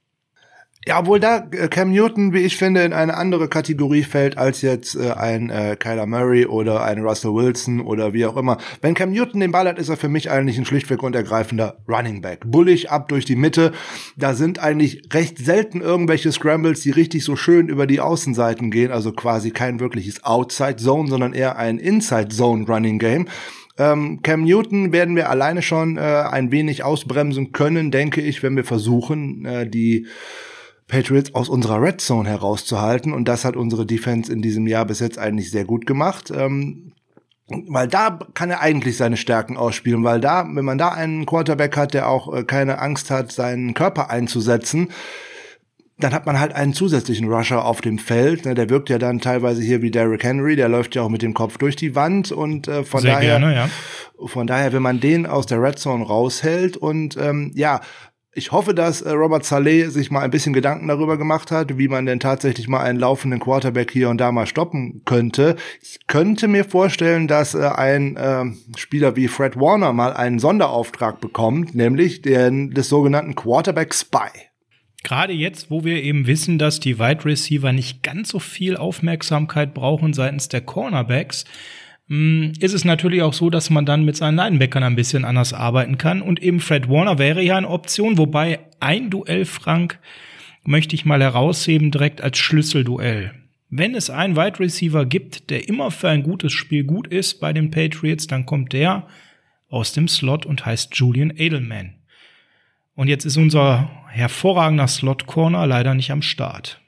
Ja, obwohl da Cam Newton, wie ich finde, in eine andere Kategorie fällt als jetzt ein Kyler Murray oder ein Russell Wilson oder wie auch immer. Wenn Cam Newton den Ball hat, ist er für mich eigentlich ein schlichtweg und ergreifender Running Back. Bullig ab durch die Mitte. Da sind eigentlich recht selten irgendwelche Scrambles, die richtig so schön über die Außenseiten gehen. Also quasi kein wirkliches Outside Zone, sondern eher ein Inside Zone Running Game. Cam Newton werden wir alleine schon ein wenig ausbremsen können, denke ich, wenn wir versuchen, die Patriots aus unserer Red Zone herauszuhalten. Und das hat unsere Defense in diesem Jahr bis jetzt eigentlich sehr gut gemacht. Weil da kann er eigentlich seine Stärken ausspielen, weil da, wenn man da einen Quarterback hat, der auch keine Angst hat, seinen Körper einzusetzen, dann hat man halt einen zusätzlichen Rusher auf dem Feld. Der wirkt ja dann teilweise hier wie Derrick Henry, der läuft ja auch mit dem Kopf durch die Wand und von Sehr daher, gerne, ja. Von daher, wenn man den aus der Red Zone raushält und ja, ich hoffe, dass Robert Saleh sich mal ein bisschen Gedanken darüber gemacht hat, wie man denn tatsächlich mal einen laufenden Quarterback hier und da mal stoppen könnte. Ich könnte mir vorstellen, dass ein Spieler wie Fred Warner mal einen Sonderauftrag bekommt, nämlich den des sogenannten Quarterback Spy. Gerade jetzt, wo wir eben wissen, dass die Wide Receiver nicht ganz so viel Aufmerksamkeit brauchen seitens der Cornerbacks, ist es natürlich auch so, dass man dann mit seinen Linebackern ein bisschen anders arbeiten kann. Und eben Fred Warner wäre ja eine Option, wobei ein Duell, Frank, möchte ich mal herausheben, direkt als Schlüsselduell. Wenn es einen Wide Receiver gibt, der immer für ein gutes Spiel gut ist bei den Patriots, dann kommt der aus dem Slot und heißt Julian Edelman. Und jetzt ist unser hervorragender Slot-Corner leider nicht am Start.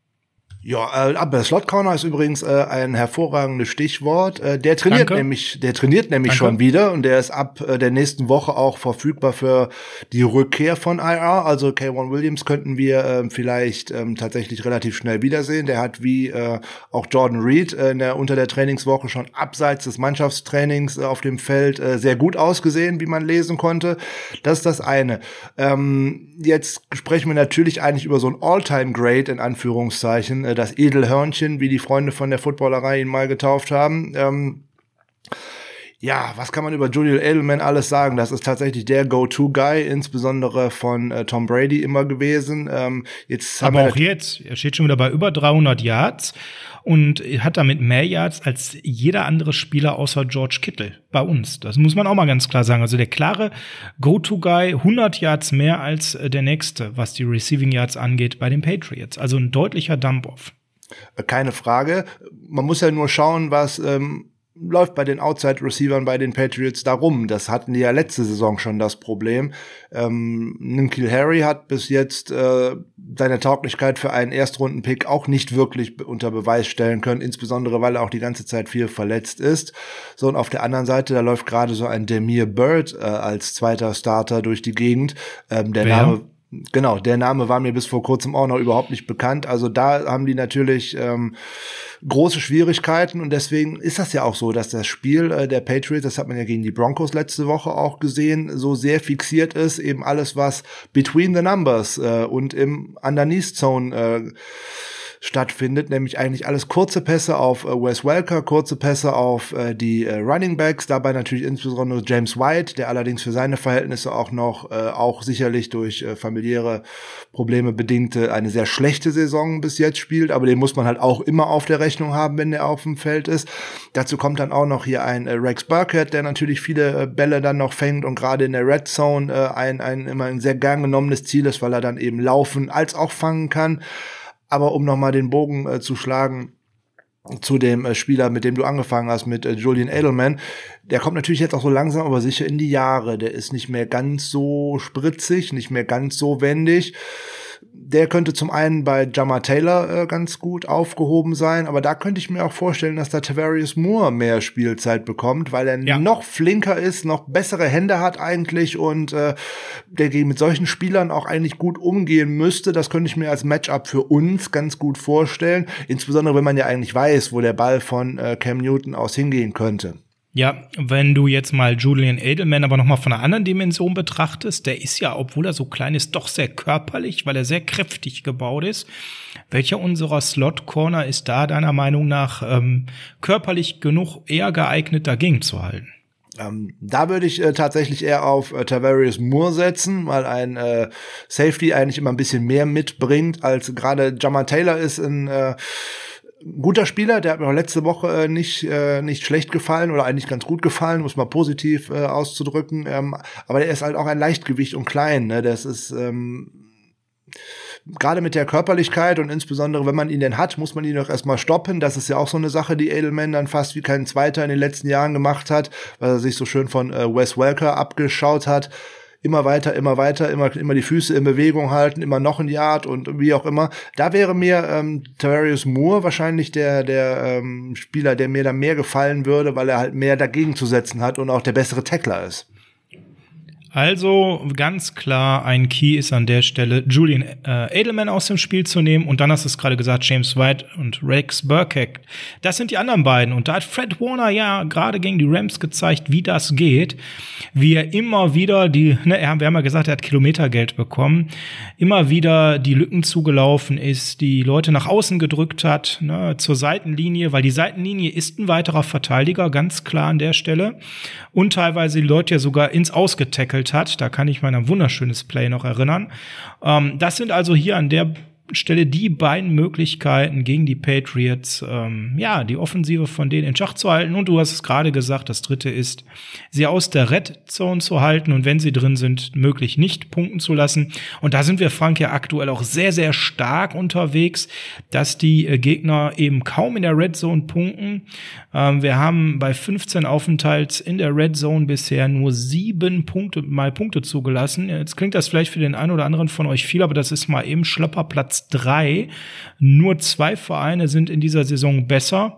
Ja, aber Slot Corner ist übrigens ein hervorragendes Stichwort. Der trainiert nämlich schon wieder und der ist ab der nächsten Woche auch verfügbar für die Rückkehr von IR. Also K'Waun Williams könnten wir vielleicht tatsächlich relativ schnell wiedersehen. Der hat wie auch Jordan Reed unter der Trainingswoche schon abseits des Mannschaftstrainings auf dem Feld sehr gut ausgesehen, wie man lesen konnte. Das ist das eine. Jetzt sprechen wir natürlich eigentlich über so ein All-Time-Great in Anführungszeichen, das Edelhörnchen, wie die Freunde von der Footballerei ihn mal getauft haben. Ja, was kann man über Julian Edelman alles sagen? Das ist tatsächlich der Go-To-Guy, insbesondere von Tom Brady immer gewesen. Aber auch jetzt, er steht schon wieder bei über 300 Yards und hat damit mehr Yards als jeder andere Spieler außer George Kittle bei uns. Das muss man auch mal ganz klar sagen. Also der klare Go-To-Guy, 100 Yards mehr als der nächste, was die Receiving Yards angeht bei den Patriots. Also ein deutlicher Dump-Off. Keine Frage. Man muss ja nur schauen, was läuft bei den Outside-Receivern bei den Patriots darum. Das hatten die ja letzte Saison schon das Problem. N'Keal Harry hat bis jetzt seine Tauglichkeit für einen Erstrunden-Pick auch nicht wirklich unter Beweis stellen können, insbesondere weil er auch die ganze Zeit viel verletzt ist. So, und auf der anderen Seite, da läuft gerade so ein Demir Byrd als zweiter Starter durch die Gegend. Der Name war mir bis vor kurzem auch noch überhaupt nicht bekannt. Also da haben die natürlich große Schwierigkeiten und deswegen ist das ja auch so, dass das Spiel der Patriots, das hat man ja gegen die Broncos letzte Woche auch gesehen, so sehr fixiert ist, eben alles, was between the numbers und im Underneath Zone stattfindet, nämlich eigentlich alles kurze Pässe auf Wes Welker, kurze Pässe auf die Running Backs, dabei natürlich insbesondere James White, der allerdings für seine Verhältnisse auch noch, auch sicherlich durch familiäre Probleme bedingte, eine sehr schlechte Saison bis jetzt spielt, aber den muss man halt auch immer auf der Rechnung haben, wenn der auf dem Feld ist. Dazu kommt dann auch noch hier ein Rex Burkhead, der natürlich viele Bälle dann noch fängt und gerade in der Red Zone immer ein sehr gern genommenes Ziel ist, weil er dann eben laufen als auch fangen kann. Aber um nochmal den Bogen zu schlagen zu dem Spieler, mit dem du angefangen hast, mit Julian Edelman, der kommt natürlich jetzt auch so langsam aber sicher in die Jahre. Der ist nicht mehr ganz so spritzig, nicht mehr ganz so wendig. Der könnte zum einen bei Jamar Taylor ganz gut aufgehoben sein, aber da könnte ich mir auch vorstellen, dass da Tavarius Moore mehr Spielzeit bekommt, weil er noch flinker ist, noch bessere Hände hat eigentlich und der mit solchen Spielern auch eigentlich gut umgehen müsste. Das könnte ich mir als Matchup für uns ganz gut vorstellen, insbesondere wenn man ja eigentlich weiß, wo der Ball von Cam Newton aus hingehen könnte. Ja, wenn du jetzt mal Julian Edelman aber noch mal von einer anderen Dimension betrachtest, der ist ja, obwohl er so klein ist, doch sehr körperlich, weil er sehr kräftig gebaut ist. Welcher unserer Slot-Corner ist da deiner Meinung nach körperlich genug eher geeignet, dagegen zu halten? Da würde ich tatsächlich eher auf Tavarius Moore setzen, weil ein Safety eigentlich immer ein bisschen mehr mitbringt, als gerade Jamar Taylor ist ein guter Spieler, der hat mir auch letzte Woche nicht schlecht gefallen oder eigentlich ganz gut gefallen, muss mal positiv auszudrücken. Aber der ist halt auch ein Leichtgewicht und klein. Ne? Das ist gerade mit der Körperlichkeit und insbesondere, wenn man ihn denn hat, muss man ihn doch erstmal stoppen. Das ist ja auch so eine Sache, die Edelman dann fast wie kein Zweiter in den letzten Jahren gemacht hat, weil er sich so schön von Wes Welker abgeschaut hat. Immer weiter, immer die Füße in Bewegung halten, immer noch ein Yard und wie auch immer. Da wäre mir Tavarius Moore wahrscheinlich der Spieler, der mir da mehr gefallen würde, weil er halt mehr dagegen zu setzen hat und auch der bessere Tackler ist. Also ganz klar, ein Key ist an der Stelle, Julian Edelman aus dem Spiel zu nehmen. Und dann hast du es gerade gesagt, James White und Rex Burkhead. Das sind die anderen beiden. Und da hat Fred Warner ja gerade gegen die Rams gezeigt, wie das geht. Wie er immer wieder wir haben ja gesagt, er hat Kilometergeld bekommen. Immer wieder die Lücken zugelaufen ist, die Leute nach außen gedrückt hat, zur Seitenlinie. Weil die Seitenlinie ist ein weiterer Verteidiger, ganz klar an der Stelle. Und teilweise die Leute ja sogar ins Ausgetackelt hat. Da kann ich mich an ein wunderschönes Play noch erinnern. Das sind also hier an der Stelle die beiden Möglichkeiten gegen die Patriots, die Offensive von denen in Schach zu halten. Und du hast es gerade gesagt, das dritte ist, sie aus der Red Zone zu halten und wenn sie drin sind, möglich nicht punkten zu lassen. Und da sind wir, Frank, ja aktuell auch sehr, sehr stark unterwegs, dass die Gegner eben kaum in der Red Zone punkten. Wir haben bei 15 Aufenthalts in der Red Zone bisher nur 7 Punkte zugelassen. Jetzt klingt das vielleicht für den einen oder anderen von euch viel, aber das ist mal eben schlapper Platz 3. Nur 2 Vereine sind in dieser Saison besser.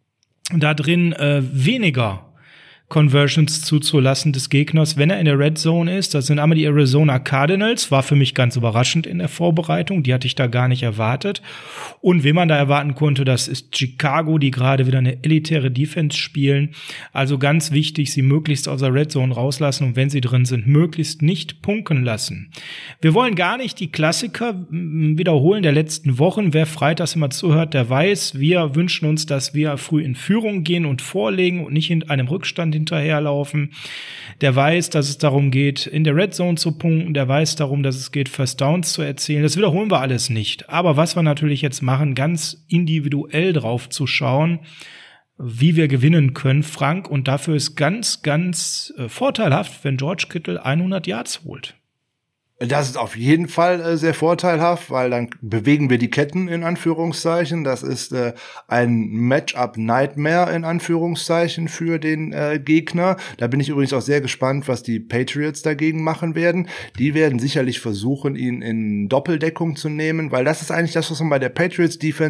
Da drin weniger Conversions zuzulassen des Gegners, wenn er in der Red Zone ist. Das sind einmal die Arizona Cardinals, war für mich ganz überraschend in der Vorbereitung, die hatte ich da gar nicht erwartet. Und wen man da erwarten konnte, das ist Chicago, die gerade wieder eine elitäre Defense spielen. Also ganz wichtig, sie möglichst aus der Red Zone rauslassen und wenn sie drin sind, möglichst nicht punkten lassen. Wir wollen gar nicht die Klassiker wiederholen der letzten Wochen. Wer freitags immer zuhört, der weiß, wir wünschen uns, dass wir früh in Führung gehen und vorlegen und nicht in einem Rückstand hinterherlaufen. Der weiß, dass es darum geht, in der Red Zone zu punkten. Der weiß darum, dass es geht, First Downs zu erzielen. Das wiederholen wir alles nicht. Aber was wir natürlich jetzt machen, ganz individuell drauf zu schauen, wie wir gewinnen können, Frank. Und dafür ist ganz, ganz vorteilhaft, wenn George Kittle 100 Yards holt. Das ist auf jeden Fall sehr vorteilhaft, weil dann bewegen wir die Ketten in Anführungszeichen. Das ist ein Matchup-Nightmare in Anführungszeichen für den Gegner. Da bin ich übrigens auch sehr gespannt, was die Patriots dagegen machen werden. Die werden sicherlich versuchen, ihn in Doppeldeckung zu nehmen, weil das ist eigentlich das, was man bei der Patriots-Defense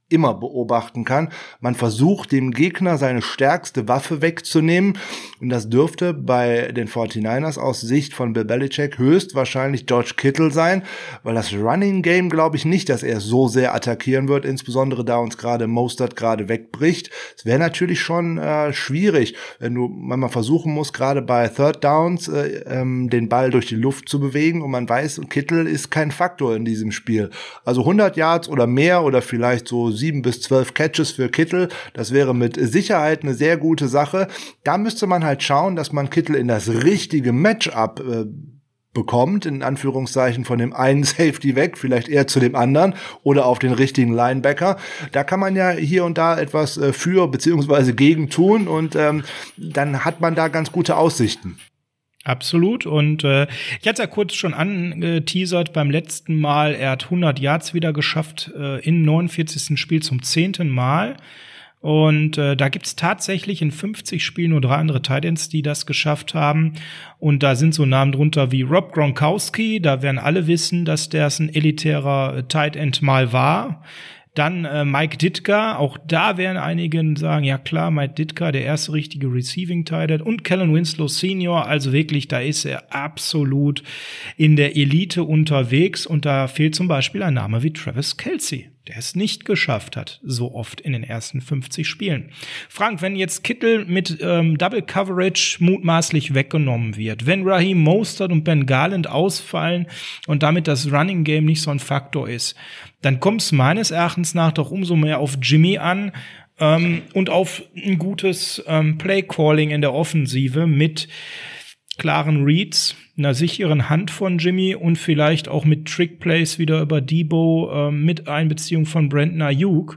immer beobachten kann. Man versucht, dem Gegner seine stärkste Waffe wegzunehmen. Und das dürfte bei den 49ers aus Sicht von Bill Belichick höchstwahrscheinlich George Kittle sein, weil das Running Game glaube ich nicht, dass er so sehr attackieren wird, insbesondere da uns gerade Mostert gerade wegbricht. Es wäre natürlich schon schwierig, wenn man mal versuchen muss, gerade bei Third Downs den Ball durch die Luft zu bewegen und man weiß, Kittle ist kein Faktor in diesem Spiel. Also 100 Yards oder mehr oder vielleicht so 7 bis 12 Catches für Kittle, das wäre mit Sicherheit eine sehr gute Sache. Da müsste man halt schauen, dass man Kittle in das richtige Matchup bekommt, in Anführungszeichen von dem einen Safety weg, vielleicht eher zu dem anderen oder auf den richtigen Linebacker. Da kann man ja hier und da etwas für beziehungsweise gegen tun und dann hat man da ganz gute Aussichten. Absolut. Und ich hatte es ja kurz schon angeteasert beim letzten Mal. Er hat 100 Yards wieder geschafft im 49. Spiel zum 10. Mal. Und da gibt's tatsächlich in 50 Spielen nur 3 andere Tight Ends, die das geschafft haben. Und da sind so Namen drunter wie Rob Gronkowski. Da werden alle wissen, dass der ein elitärer Tight End mal war. Dann Mike Ditka, auch da werden einigen sagen, ja klar, Mike Ditka, der erste richtige Receiving Tight End, und Kellen Winslow Senior, also wirklich, da ist er absolut in der Elite unterwegs und da fehlt zum Beispiel ein Name wie Travis Kelce, der es nicht geschafft hat, so oft in den ersten 50 Spielen. Frank, wenn jetzt Kittle mit Double Coverage mutmaßlich weggenommen wird, wenn Raheem Mostert und Ben Garland ausfallen und damit das Running Game nicht so ein Faktor ist, dann kommt es meines Erachtens nach doch umso mehr auf Jimmy an und auf ein gutes Play-Calling in der Offensive mit klaren Reads, einer sicheren Hand von Jimmy und vielleicht auch mit Trick-Plays wieder über Debo mit Einbeziehung von Brandon Ayuk,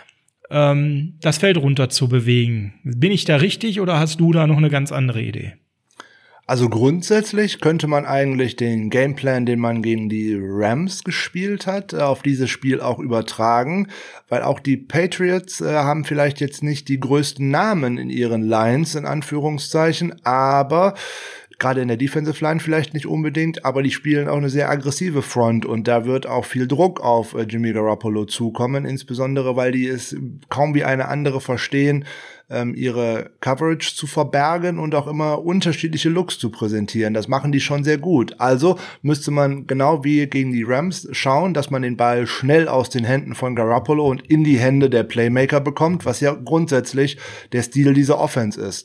das Feld runter zu bewegen. Bin ich da richtig oder hast du da noch eine ganz andere Idee? Also grundsätzlich könnte man eigentlich den Gameplan, den man gegen die Rams gespielt hat, auf dieses Spiel auch übertragen, weil auch die Patriots haben vielleicht jetzt nicht die größten Namen in ihren Lines, in Anführungszeichen, aber gerade in der Defensive Line vielleicht nicht unbedingt, aber die spielen auch eine sehr aggressive Front und da wird auch viel Druck auf Jimmy Garoppolo zukommen, insbesondere weil die es kaum wie eine andere verstehen, ihre Coverage zu verbergen und auch immer unterschiedliche Looks zu präsentieren. Das machen die schon sehr gut. Also müsste man genau wie gegen die Rams schauen, dass man den Ball schnell aus den Händen von Garoppolo und in die Hände der Playmaker bekommt, was ja grundsätzlich der Stil dieser Offense ist.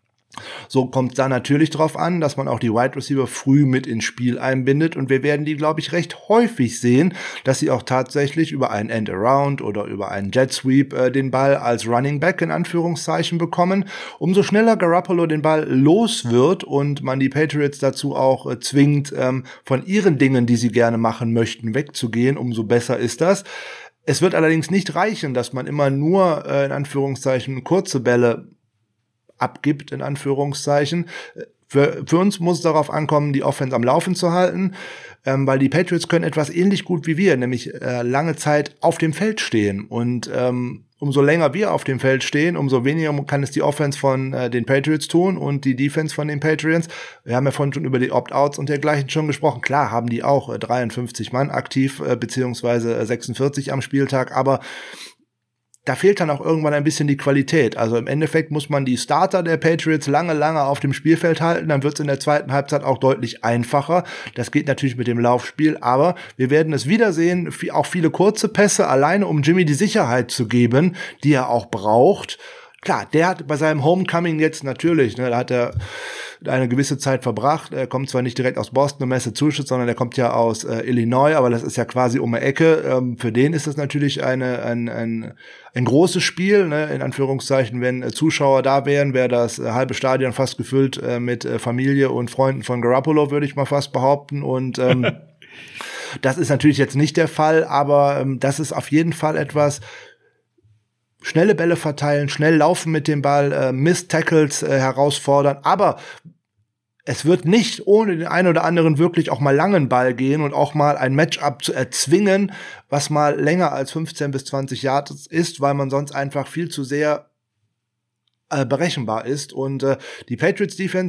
So kommt es da natürlich drauf an, dass man auch die Wide Receiver früh mit ins Spiel einbindet und wir werden die, glaube ich, recht häufig sehen, dass sie auch tatsächlich über einen End-Around oder über einen Jet Sweep den Ball als Running Back in Anführungszeichen bekommen. Umso schneller Garoppolo den Ball los wird und man die Patriots dazu auch zwingt, von ihren Dingen, die sie gerne machen möchten, wegzugehen, umso besser ist das. Es wird allerdings nicht reichen, dass man immer nur in Anführungszeichen kurze Bälle abgibt, in Anführungszeichen. Für uns muss es darauf ankommen, die Offense am Laufen zu halten, weil die Patriots können etwas ähnlich gut wie wir, nämlich lange Zeit auf dem Feld stehen. Und umso länger wir auf dem Feld stehen, umso weniger kann es die Offense von den Patriots tun und die Defense von den Patriots. Wir haben ja vorhin schon über die Opt-outs und dergleichen schon gesprochen. Klar haben die auch 53 Mann aktiv, beziehungsweise 46 am Spieltag, aber da fehlt dann auch irgendwann ein bisschen die Qualität. Also im Endeffekt muss man die Starter der Patriots lange auf dem Spielfeld halten. Dann wird es in der zweiten Halbzeit auch deutlich einfacher. Das geht natürlich mit dem Laufspiel, aber wir werden es wiedersehen. Auch viele kurze Pässe, alleine um Jimmy die Sicherheit zu geben, die er auch braucht. Klar, der hat bei seinem Homecoming jetzt natürlich, da hat er eine gewisse Zeit verbracht. Er kommt zwar nicht direkt aus Boston und Massachusetts, sondern er kommt ja aus Illinois, aber das ist ja quasi um die Ecke. Für den ist das natürlich ein großes Spiel, in Anführungszeichen. Wenn Zuschauer da wären, wäre das halbe Stadion fast gefüllt mit Familie und Freunden von Garoppolo, würde ich mal fast behaupten. Und das ist natürlich jetzt nicht der Fall, aber das ist auf jeden Fall etwas. Schnelle Bälle verteilen, schnell laufen mit dem Ball, Miss-Tackles herausfordern, aber es wird nicht ohne den einen oder anderen wirklich auch mal langen Ball gehen und auch mal ein Matchup zu erzwingen, was mal länger als 15 bis 20 Yards ist, weil man sonst einfach viel zu sehr berechenbar ist. Und die Patriots Defense,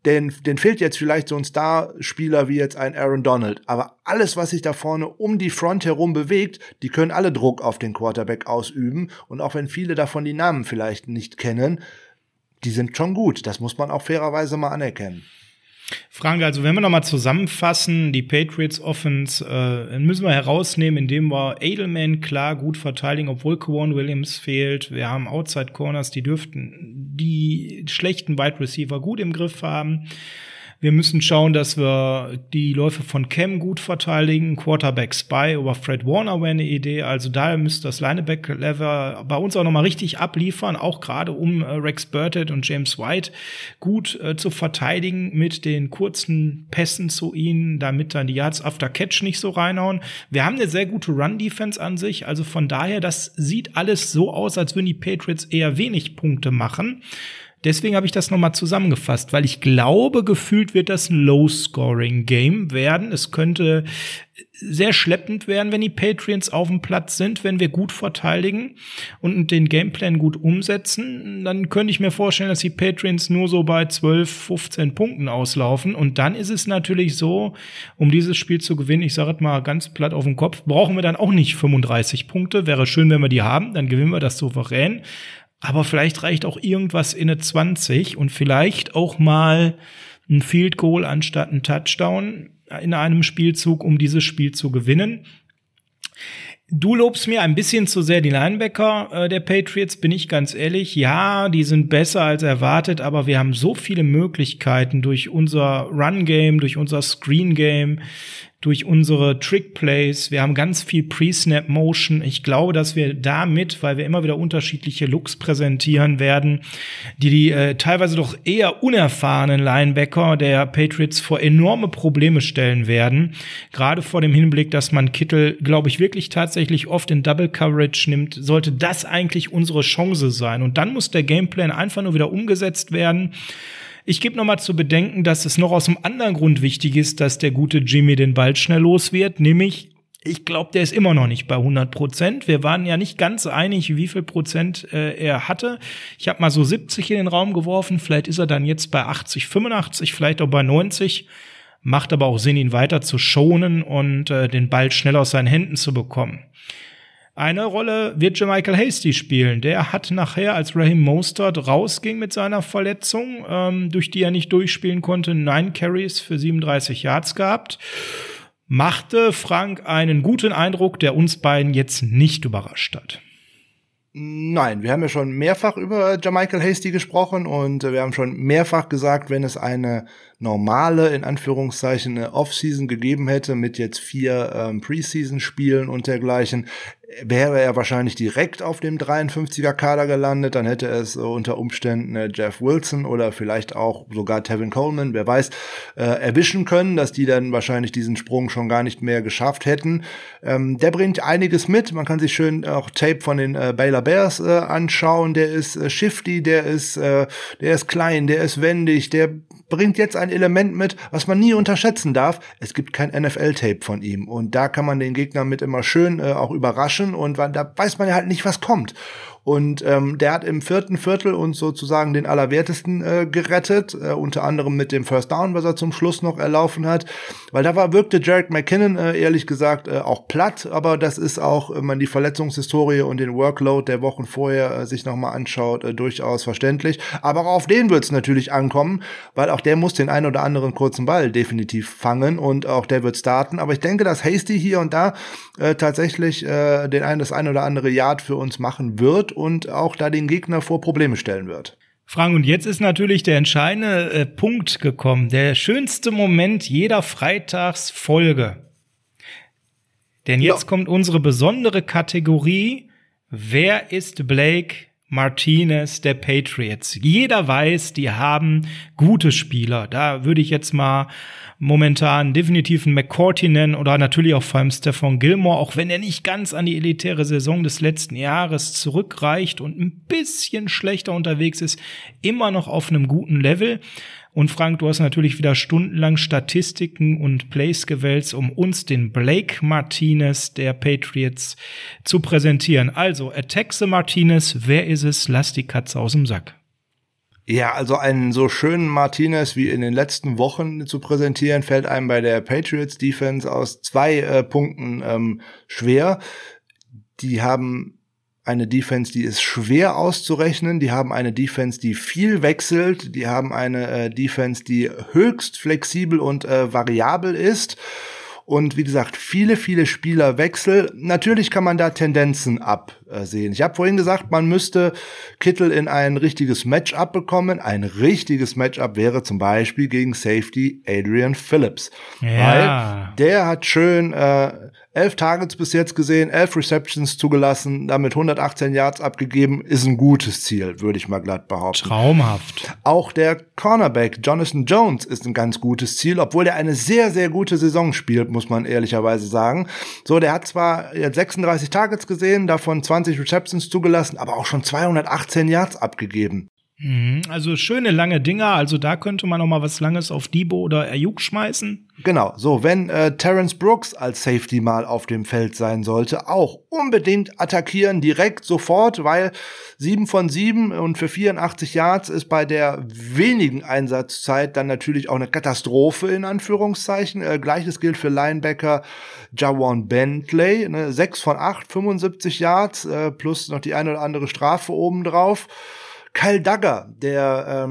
Den fehlt jetzt vielleicht so ein Starspieler wie jetzt ein Aaron Donald. Aber alles, was sich da vorne um die Front herum bewegt, die können alle Druck auf den Quarterback ausüben. Und auch wenn viele davon die Namen vielleicht nicht kennen, die sind schon gut. Das muss man auch fairerweise mal anerkennen. Frank, also wenn wir nochmal zusammenfassen, die Patriots Offense müssen wir herausnehmen, indem wir Edelman klar gut verteidigen, obwohl K'Waun Williams fehlt. Wir haben Outside Corners, die dürften die schlechten Wide Receiver gut im Griff haben. Wir müssen schauen, dass wir die Läufe von Cam gut verteidigen. Quarterback Spy über Fred Warner wäre eine Idee. Also da müsste das Linebacker-Level bei uns auch nochmal richtig abliefern, auch gerade um Rex Burkhead und James White gut zu verteidigen mit den kurzen Pässen zu ihnen, damit dann die Yards after Catch nicht so reinhauen. Wir haben eine sehr gute Run-Defense an sich. Also von daher, das sieht alles so aus, als würden die Patriots eher wenig Punkte machen. Deswegen habe ich das nochmal zusammengefasst, weil ich glaube, gefühlt wird das ein Low-Scoring-Game werden. Es könnte sehr schleppend werden, wenn die Patriots auf dem Platz sind, wenn wir gut verteidigen und den Gameplan gut umsetzen. Dann könnte ich mir vorstellen, dass die Patriots nur so bei 12, 15 Punkten auslaufen. Und dann ist es natürlich so, um dieses Spiel zu gewinnen, ich sage es mal ganz platt auf den Kopf, brauchen wir dann auch nicht 35 Punkte. Wäre schön, wenn wir die haben, dann gewinnen wir das souverän. Aber vielleicht reicht auch irgendwas in eine 20 und vielleicht auch mal ein Field Goal anstatt ein Touchdown in einem Spielzug, um dieses Spiel zu gewinnen. Du lobst mir ein bisschen zu sehr die Linebacker der Patriots, bin ich ganz ehrlich. Ja, die sind besser als erwartet, aber wir haben so viele Möglichkeiten durch unser Run-Game, durch unser Screen-Game, durch unsere Trick-Plays. Wir haben ganz viel Pre-Snap-Motion. Ich glaube, dass wir damit, weil wir immer wieder unterschiedliche Looks präsentieren werden, die teilweise doch eher unerfahrenen Linebacker der Patriots vor enorme Probleme stellen werden. Gerade vor dem Hinblick, dass man Kittel, glaube ich, wirklich tatsächlich oft in Double Coverage nimmt, sollte das eigentlich unsere Chance sein. Und dann muss der Gameplan einfach nur wieder umgesetzt werden. Ich gebe noch mal zu bedenken, dass es noch aus einem anderen Grund wichtig ist, dass der gute Jimmy den Ball schnell los wird, nämlich ich glaube, der ist immer noch nicht bei 100%. Wir waren ja nicht ganz einig, wie viel Prozent er hatte. Ich habe mal so 70 in den Raum geworfen. Vielleicht ist er dann jetzt bei 80, 85, vielleicht auch bei 90. Macht aber auch Sinn, ihn weiter zu schonen und den Ball schnell aus seinen Händen zu bekommen. Eine Rolle wird JaMycal Hasty spielen. Der hat nachher, als Raheem Mostert rausging mit seiner Verletzung, durch die er nicht durchspielen konnte, 9 Carries für 37 Yards gehabt. Machte Frank einen guten Eindruck, der uns beiden jetzt nicht überrascht hat. Nein, wir haben ja schon mehrfach über JaMycal Hasty gesprochen und wir haben schon mehrfach gesagt, wenn es eine normale, in Anführungszeichen, eine Offseason gegeben hätte mit jetzt 4 Preseason-Spielen und dergleichen, wäre er wahrscheinlich direkt auf dem 53er Kader gelandet, dann hätte es unter Umständen Jeff Wilson oder vielleicht auch sogar Tevin Coleman, wer weiß, erwischen können, dass die dann wahrscheinlich diesen Sprung schon gar nicht mehr geschafft hätten. Der bringt einiges mit, man kann sich schön auch Tape von den Baylor Bears anschauen, der ist shifty, der ist klein, der ist wendig, der bringt jetzt ein Element mit, was man nie unterschätzen darf. Es gibt kein NFL-Tape von ihm und da kann man den Gegner mit immer schön auch überraschen und da weiß man ja halt nicht, was kommt. Und der hat im 4. Viertel uns sozusagen den Allerwertesten gerettet, unter anderem mit dem First Down, was er zum Schluss noch erlaufen hat, weil da wirkte Jerick McKinnon ehrlich gesagt auch platt, aber das ist auch, wenn man die Verletzungshistorie und den Workload der Wochen vorher sich nochmal anschaut, durchaus verständlich. Aber auch auf den wird es natürlich ankommen, weil auch der muss den ein oder anderen kurzen Ball definitiv fangen und auch der wird starten. Aber ich denke, dass Hasty hier und da tatsächlich das ein oder andere Yard für uns machen wird und auch da den Gegner vor Probleme stellen wird. Frank, und jetzt ist natürlich der entscheidende Punkt gekommen. Der schönste Moment jeder Freitagsfolge. Denn jetzt kommt unsere besondere Kategorie. Wer ist Blake Martinez der Patriots? Jeder weiß, die haben gute Spieler. Da würde ich jetzt mal momentan definitiv einen McCourty nennen oder natürlich auch vor allem Stephon Gilmore, auch wenn er nicht ganz an die elitäre Saison des letzten Jahres zurückreicht und ein bisschen schlechter unterwegs ist, immer noch auf einem guten Level. Und Frank, du hast natürlich wieder stundenlang Statistiken und Plays gewälzt, um uns den Blake Martinez der Patriots zu präsentieren. Also, Attack the Martinez, wer ist es? Lass die Katze aus dem Sack. Ja, also einen so schönen Martinez wie in den letzten Wochen zu präsentieren, fällt einem bei der Patriots Defense aus 2 Punkten schwer. Die haben eine Defense, die ist schwer auszurechnen. Die haben eine Defense, die viel wechselt. Die haben eine Defense, die höchst flexibel und variabel ist. Und wie gesagt, viele Spielerwechsel. Natürlich kann man da Tendenzen absehen. Ich habe vorhin gesagt, man müsste Kittle in ein richtiges Matchup bekommen. Ein richtiges Matchup wäre zum Beispiel gegen Safety Adrian Phillips. Ja. Weil der hat schön 11 Targets bis jetzt gesehen, 11 Receptions zugelassen, damit 118 Yards abgegeben, ist ein gutes Ziel, würde ich mal glatt behaupten. Traumhaft. Auch der Cornerback Jonathan Jones ist ein ganz gutes Ziel, obwohl er eine sehr gute Saison spielt, muss man ehrlicherweise sagen. So, der hat zwar jetzt 36 Targets gesehen, davon 20 Receptions zugelassen, aber auch schon 218 Yards abgegeben. Also schöne lange Dinger, also da könnte man noch mal was Langes auf Debo oder Ayuk schmeißen. Genau, so, wenn Terrence Brooks als Safety mal auf dem Feld sein sollte, auch unbedingt attackieren, direkt, sofort, weil 7 von 7 und für 84 Yards ist bei der wenigen Einsatzzeit dann natürlich auch eine Katastrophe, in Anführungszeichen. Gleiches gilt für Linebacker Jawan Bentley, 6 von 8, 75 Yards, plus noch die eine oder andere Strafe obendrauf. Kyle Duggar, der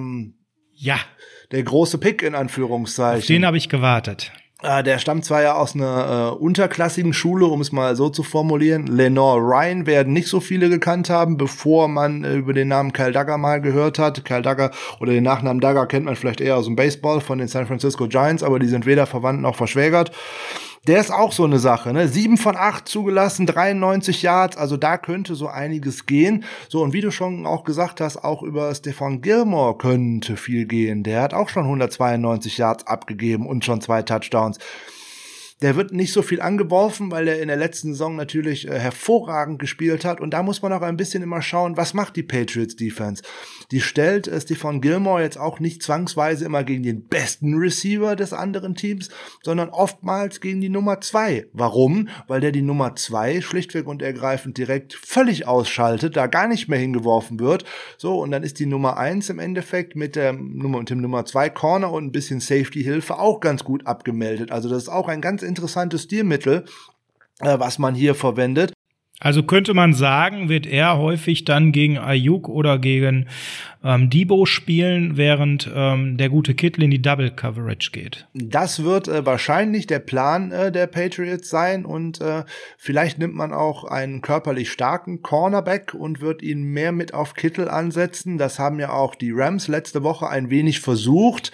große Pick in Anführungszeichen. Auf den habe ich gewartet. Der stammt zwar ja aus einer unterklassigen Schule, um es mal so zu formulieren. Lenore Ryan werden nicht so viele gekannt haben, bevor man über den Namen Kyle Duggar mal gehört hat. Kyle Duggar oder den Nachnamen Duggar kennt man vielleicht eher aus dem Baseball von den San Francisco Giants, aber die sind weder verwandt noch verschwägert. Der ist auch so eine Sache, ne? 7 von 8 zugelassen, 93 Yards, also da könnte so einiges gehen. So, und wie du schon auch gesagt hast, auch über Stephon Gilmore könnte viel gehen. Der hat auch schon 192 Yards abgegeben und schon 2 Touchdowns. Der wird nicht so viel angeworfen, weil er in der letzten Saison natürlich hervorragend gespielt hat. Und da muss man auch ein bisschen immer schauen, was macht die Patriots Defense? Die stellt Stephon Gilmore jetzt auch nicht zwangsweise immer gegen den besten Receiver des anderen Teams, sondern oftmals gegen die Nummer 2. Warum? Weil der die Nummer 2 schlichtweg und ergreifend direkt völlig ausschaltet, da gar nicht mehr hingeworfen wird. So, und dann ist die Nummer 1 im Endeffekt mit dem Nummer 2 Corner und ein bisschen Safety-Hilfe auch ganz gut abgemeldet. Also das ist auch ein ganz interessantes Stilmittel, was man hier verwendet. Also könnte man sagen, wird er häufig dann gegen Ayuk oder gegen Debo spielen, während der gute Kittle in die Double Coverage geht. Das wird wahrscheinlich der Plan der Patriots sein und vielleicht nimmt man auch einen körperlich starken Cornerback und wird ihn mehr mit auf Kittle ansetzen. Das haben ja auch die Rams letzte Woche ein wenig versucht.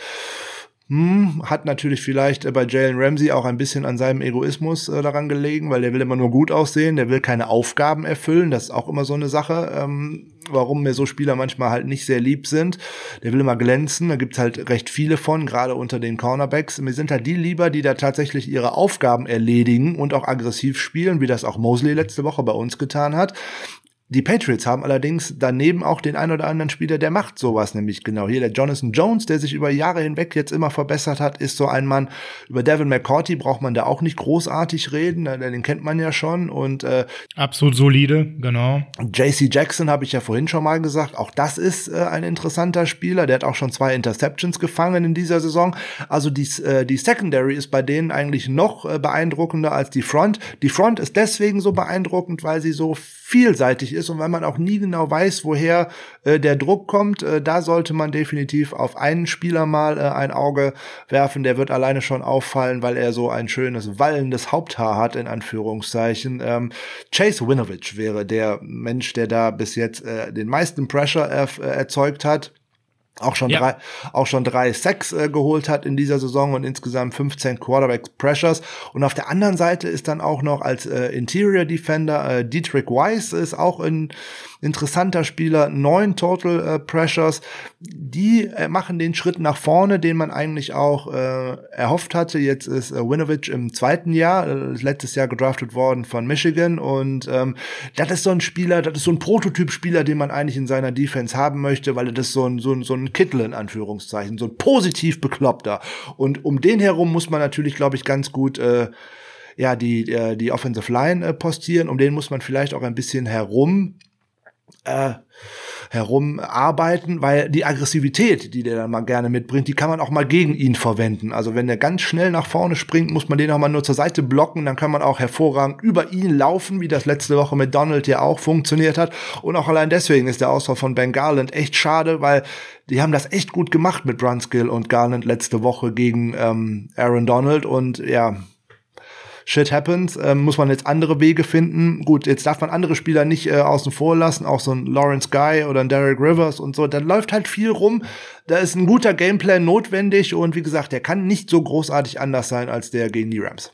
Hat natürlich vielleicht bei Jalen Ramsey auch ein bisschen an seinem Egoismus daran gelegen, weil der will immer nur gut aussehen, der will keine Aufgaben erfüllen, das ist auch immer so eine Sache, warum mir so Spieler manchmal halt nicht sehr lieb sind. Der will immer glänzen, da gibt's halt recht viele von, gerade unter den Cornerbacks. Mir sind halt die lieber, die da tatsächlich ihre Aufgaben erledigen und auch aggressiv spielen, wie das auch Mosley letzte Woche bei uns getan hat. Die Patriots haben allerdings daneben auch den ein oder anderen Spieler, der macht sowas nämlich genau. Hier der Jonathan Jones, der sich über Jahre hinweg jetzt immer verbessert hat, ist so ein Mann. Über Devin McCourty braucht man da auch nicht großartig reden, den kennt man ja schon. Und absolut solide, genau. JC Jackson habe ich ja vorhin schon mal gesagt, auch das ist ein interessanter Spieler. Der hat auch schon 2 Interceptions gefangen in dieser Saison. Also die Secondary ist bei denen eigentlich noch beeindruckender als die Front. Die Front ist deswegen so beeindruckend, weil sie so vielseitig ist und weil man auch nie genau weiß, woher der Druck kommt. Da sollte man definitiv auf einen Spieler mal ein Auge werfen. Der wird alleine schon auffallen, weil er so ein schönes wallendes Haupthaar hat, in Anführungszeichen. Chase Winovich wäre der Mensch, der da bis jetzt den meisten Pressure erzeugt hat. Auch schon 3 Sacks geholt hat in dieser Saison und insgesamt 15 Quarterback Pressures. Und auf der anderen Seite ist dann auch noch als Interior Defender Dietrich Weiss ist auch ein interessanter Spieler, 9 Total Pressures. Die machen den Schritt nach vorne, den man eigentlich auch erhofft hatte. Jetzt ist Winovich im 2. Jahr, letztes Jahr gedraftet worden von Michigan. Und das ist so ein Spieler, das ist so ein Prototyp-Spieler, den man eigentlich in seiner Defense haben möchte, weil das so ein Kittel in Anführungszeichen, so ein positiv Bekloppter. Und um den herum muss man natürlich, glaube ich, ganz gut die Offensive Line postieren. Um den muss man vielleicht auch ein bisschen herum herumarbeiten, weil die Aggressivität, die der dann mal gerne mitbringt, die kann man auch mal gegen ihn verwenden. Also wenn der ganz schnell nach vorne springt, muss man den auch mal nur zur Seite blocken, dann kann man auch hervorragend über ihn laufen, wie das letzte Woche mit Donald ja auch funktioniert hat. Und auch allein deswegen ist der Ausfall von Ben Garland echt schade, weil die haben das echt gut gemacht mit Brunskill und Garland letzte Woche gegen Aaron Donald und ja, shit happens, muss man jetzt andere Wege finden. Gut, jetzt darf man andere Spieler nicht außen vor lassen, auch so ein Lawrence Guy oder ein Derek Rivers und so. Da läuft halt viel rum. Da ist ein guter Gameplan notwendig und wie gesagt, der kann nicht so großartig anders sein als der gegen die Rams.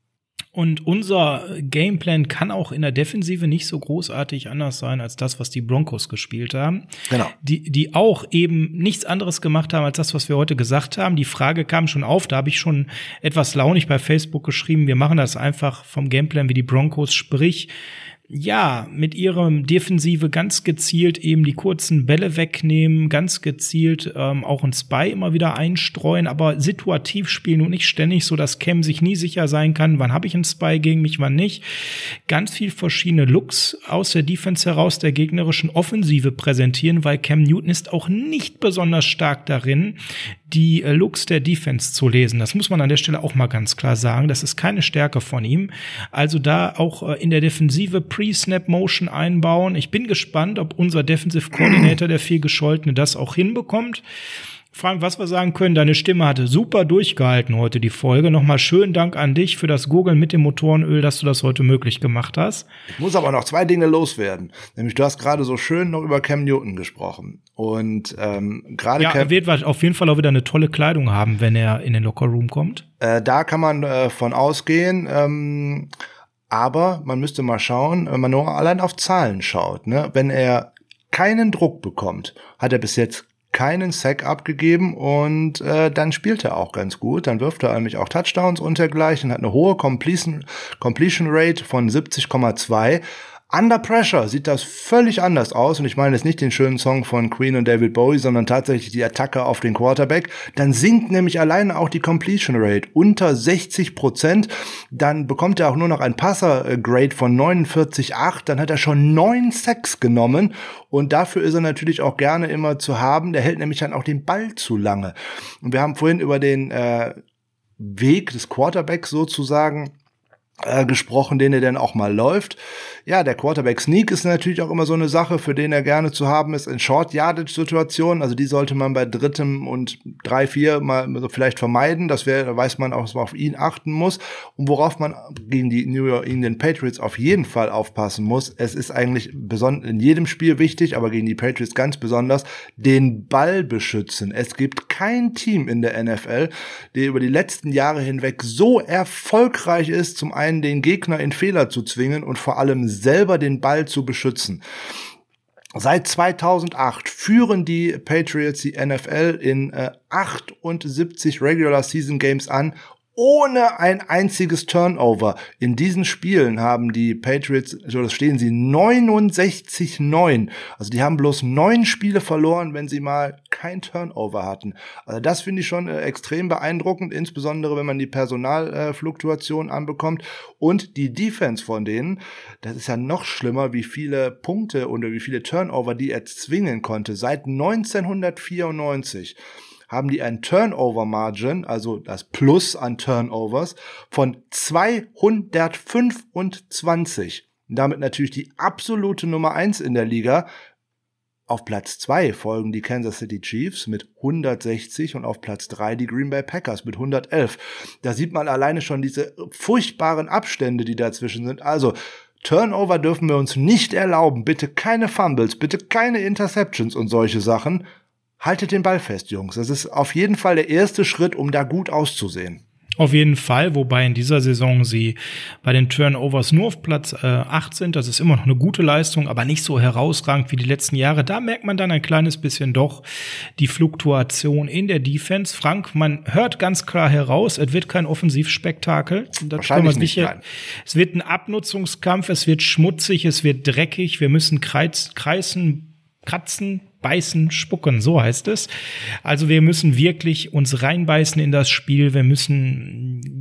Und unser Gameplan kann auch in der Defensive nicht so großartig anders sein als das, was die Broncos gespielt haben. Genau. Die auch eben nichts anderes gemacht haben als das, was wir heute gesagt haben. Die Frage kam schon auf, da habe ich schon etwas launig bei Facebook geschrieben, wir machen das einfach vom Gameplan wie die Broncos, sprich ja, mit ihrem Defensive ganz gezielt eben die kurzen Bälle wegnehmen, ganz gezielt auch ein Spy immer wieder einstreuen, aber situativ spielen und nicht ständig, so dass Cam sich nie sicher sein kann, wann habe ich einen Spy gegen mich, wann nicht. Ganz viel verschiedene Looks aus der Defense heraus der gegnerischen Offensive präsentieren, weil Cam Newton ist auch nicht besonders stark darin, die Looks der Defense zu lesen. Das muss man an der Stelle auch mal ganz klar sagen. Das ist keine Stärke von ihm. Also da auch in der Defensive Pre-Snap-Motion einbauen. Ich bin gespannt, ob unser Defensive Coordinator, der viel Gescholtene, das auch hinbekommt. Frank, was wir sagen können, deine Stimme hatte super durchgehalten heute, die Folge. Nochmal schönen Dank an dich für das Gurgeln mit dem Motorenöl, dass du das heute möglich gemacht hast. Ich muss aber noch 2 Dinge loswerden. Nämlich, du hast gerade so schön noch über Cam Newton gesprochen. Und gerade ja, er wird auf jeden Fall auch wieder eine tolle Kleidung haben, wenn er in den Lockerroom kommt. Da kann man von ausgehen. Aber man müsste mal schauen, wenn man nur allein auf Zahlen schaut. Ne? Wenn er keinen Druck bekommt, hat er bis jetzt keinen Sack abgegeben und dann spielt er auch ganz gut. Dann wirft er nämlich auch Touchdowns und dergleichen, hat eine hohe Completion Rate von 70,2. Under Pressure sieht das völlig anders aus und ich meine jetzt nicht den schönen Song von Queen und David Bowie, sondern tatsächlich die Attacke auf den Quarterback. Dann sinkt nämlich alleine auch die Completion Rate unter 60%. Dann bekommt er auch nur noch ein Passer-Grade von 49,8. Dann hat er schon 9 Sacks genommen und dafür ist er natürlich auch gerne immer zu haben. Der hält nämlich dann auch den Ball zu lange. Und wir haben vorhin über den Weg des Quarterbacks sozusagen gesprochen, den er dann auch mal läuft. Ja, der Quarterback-Sneak ist natürlich auch immer so eine Sache, für den er gerne zu haben ist in Short-Yardage-Situationen. Also die sollte man bei 3. und 3, 4 mal vielleicht vermeiden. Da weiß man auch, dass man auf ihn achten muss. Und worauf man gegen die New York Indian Patriots auf jeden Fall aufpassen muss, es ist eigentlich in jedem Spiel wichtig, aber gegen die Patriots ganz besonders, den Ball beschützen. Es gibt kein Team in der NFL, der über die letzten Jahre hinweg so erfolgreich ist, zum einen den Gegner in Fehler zu zwingen und vor allem selber den Ball zu beschützen. Seit 2008 führen die Patriots die NFL in 78 Regular Season Games an, ohne ein einziges Turnover. In diesen Spielen haben die Patriots, so das stehen sie 69-9. Also die haben bloß 9 Spiele verloren, wenn sie mal kein Turnover hatten. Also das finde ich schon extrem beeindruckend, insbesondere wenn man die Personalfluktuation anbekommt. Und die Defense von denen, das ist ja noch schlimmer, wie viele Punkte oder wie viele Turnover die erzwingen konnte. Seit 1994 haben die ein Turnover-Margin, also das Plus an Turnovers, von 225. Damit natürlich die absolute Nummer 1 in der Liga. Auf Platz 2 folgen die Kansas City Chiefs mit 160 und auf Platz 3 die Green Bay Packers mit 111. Da sieht man alleine schon diese furchtbaren Abstände, die dazwischen sind. Also Turnover dürfen wir uns nicht erlauben. Bitte keine Fumbles, bitte keine Interceptions und solche Sachen. Haltet den Ball fest, Jungs. Das ist auf jeden Fall der erste Schritt, um da gut auszusehen. Auf jeden Fall, wobei in dieser Saison sie bei den Turnovers nur auf Platz 8 sind. Das ist immer noch eine gute Leistung, aber nicht so herausragend wie die letzten Jahre. Da merkt man dann ein kleines bisschen doch die Fluktuation in der Defense. Frank, man hört ganz klar heraus, es wird kein Offensivspektakel. Wahrscheinlich nicht. Es wird ein Abnutzungskampf, es wird schmutzig, es wird dreckig. Wir müssen kratzen, beißen, spucken, so heißt es. Also wir müssen wirklich uns reinbeißen in das Spiel. Wir müssen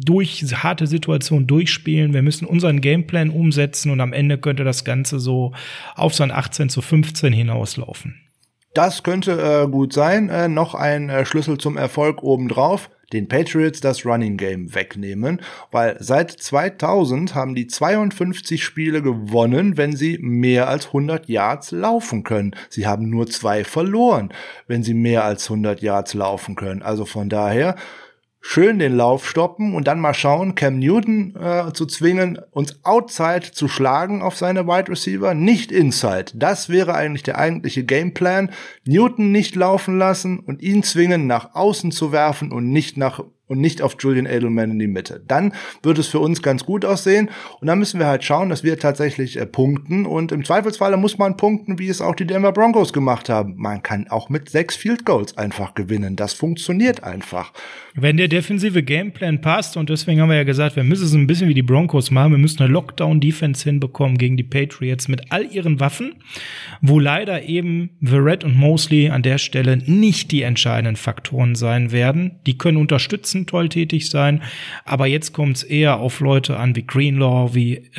durch harte Situationen durchspielen. Wir müssen unseren Gameplan umsetzen und am Ende könnte das Ganze so auf so ein 18-15 hinauslaufen. Das könnte gut sein. Noch ein Schlüssel zum Erfolg obendrauf. Den Patriots das Running Game wegnehmen, weil seit 2000 haben die 52 Spiele gewonnen, wenn sie mehr als 100 Yards laufen können. Sie haben nur 2 verloren, wenn sie mehr als 100 Yards laufen können. Also von daher schön den Lauf stoppen und dann mal schauen, Cam Newton zu zwingen, uns outside zu schlagen auf seine Wide Receiver, nicht inside. Das wäre eigentlich der eigentliche Gameplan. Newton nicht laufen lassen und ihn zwingen, nach außen zu werfen und nicht auf Julian Edelman in die Mitte. Dann wird es für uns ganz gut aussehen und dann müssen wir halt schauen, dass wir tatsächlich punkten und im Zweifelsfalle muss man punkten, wie es auch die Denver Broncos gemacht haben. Man kann auch mit 6 Field Goals einfach gewinnen. Das funktioniert einfach. Wenn der defensive Gameplan passt und deswegen haben wir ja gesagt, wir müssen es ein bisschen wie die Broncos machen, wir müssen eine Lockdown-Defense hinbekommen gegen die Patriots mit all ihren Waffen, wo leider eben Verrett und Mosley an der Stelle nicht die entscheidenden Faktoren sein werden. Die können unterstützen, toll tätig sein, aber jetzt kommt es eher auf Leute an wie Greenlaw, wie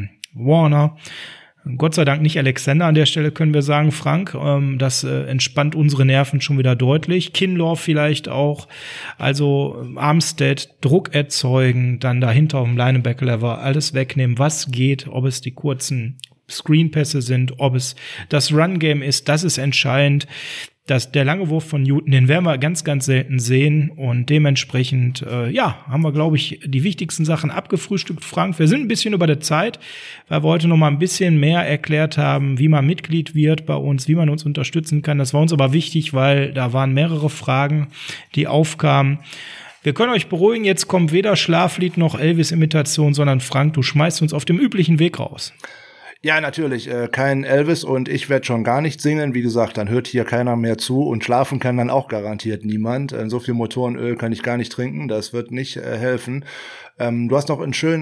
Warner. Gott sei Dank nicht Alexander an der Stelle, können wir sagen, Frank. Das entspannt unsere Nerven schon wieder deutlich. Kinlaw vielleicht auch. Also Armstead, Druck erzeugen, dann dahinter auf dem Linebacker-Level alles wegnehmen, was geht, ob es die kurzen Screenpässe sind, ob es das Run-Game ist, das ist entscheidend. Der lange Wurf von Newton, den werden wir ganz, ganz selten sehen und dementsprechend, haben wir, glaube ich, die wichtigsten Sachen abgefrühstückt, Frank. Wir sind ein bisschen über der Zeit, weil wir heute noch mal ein bisschen mehr erklärt haben, wie man Mitglied wird bei uns, wie man uns unterstützen kann. Das war uns aber wichtig, weil da waren mehrere Fragen, die aufkamen. Wir können euch beruhigen, jetzt kommt weder Schlaflied noch Elvis-Imitation, sondern Frank, du schmeißt uns auf dem üblichen Weg raus. Ja, natürlich, kein Elvis und ich werde schon gar nicht singen. Wie gesagt, dann hört hier keiner mehr zu und schlafen kann dann auch garantiert niemand. So viel Motorenöl kann ich gar nicht trinken, das wird nicht helfen. Du hast noch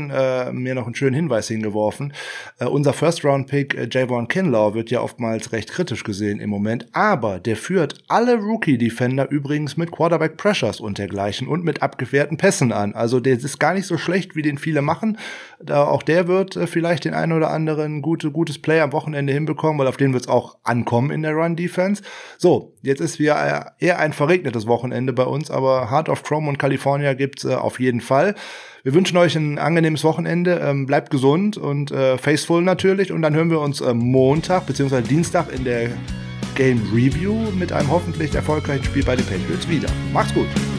mir noch einen schönen Hinweis hingeworfen. Unser First-Round-Pick Javon Kinlaw wird ja oftmals recht kritisch gesehen im Moment, aber der führt alle Rookie-Defender übrigens mit Quarterback-Pressures und dergleichen und mit abgewehrten Pässen an. Also der ist gar nicht so schlecht, wie den viele machen. Auch der wird vielleicht den einen oder anderen gutes Play am Wochenende hinbekommen, weil auf den wird es auch ankommen in der Run-Defense. So, jetzt ist wieder eher ein verregnetes Wochenende bei uns, aber Heart of Chrome und California gibt's auf jeden Fall. Wir wünschen euch ein angenehmes Wochenende, bleibt gesund und faceful natürlich und dann hören wir uns Montag bzw. Dienstag in der Game Review mit einem hoffentlich erfolgreichen Spiel bei den Patriots wieder. Macht's gut!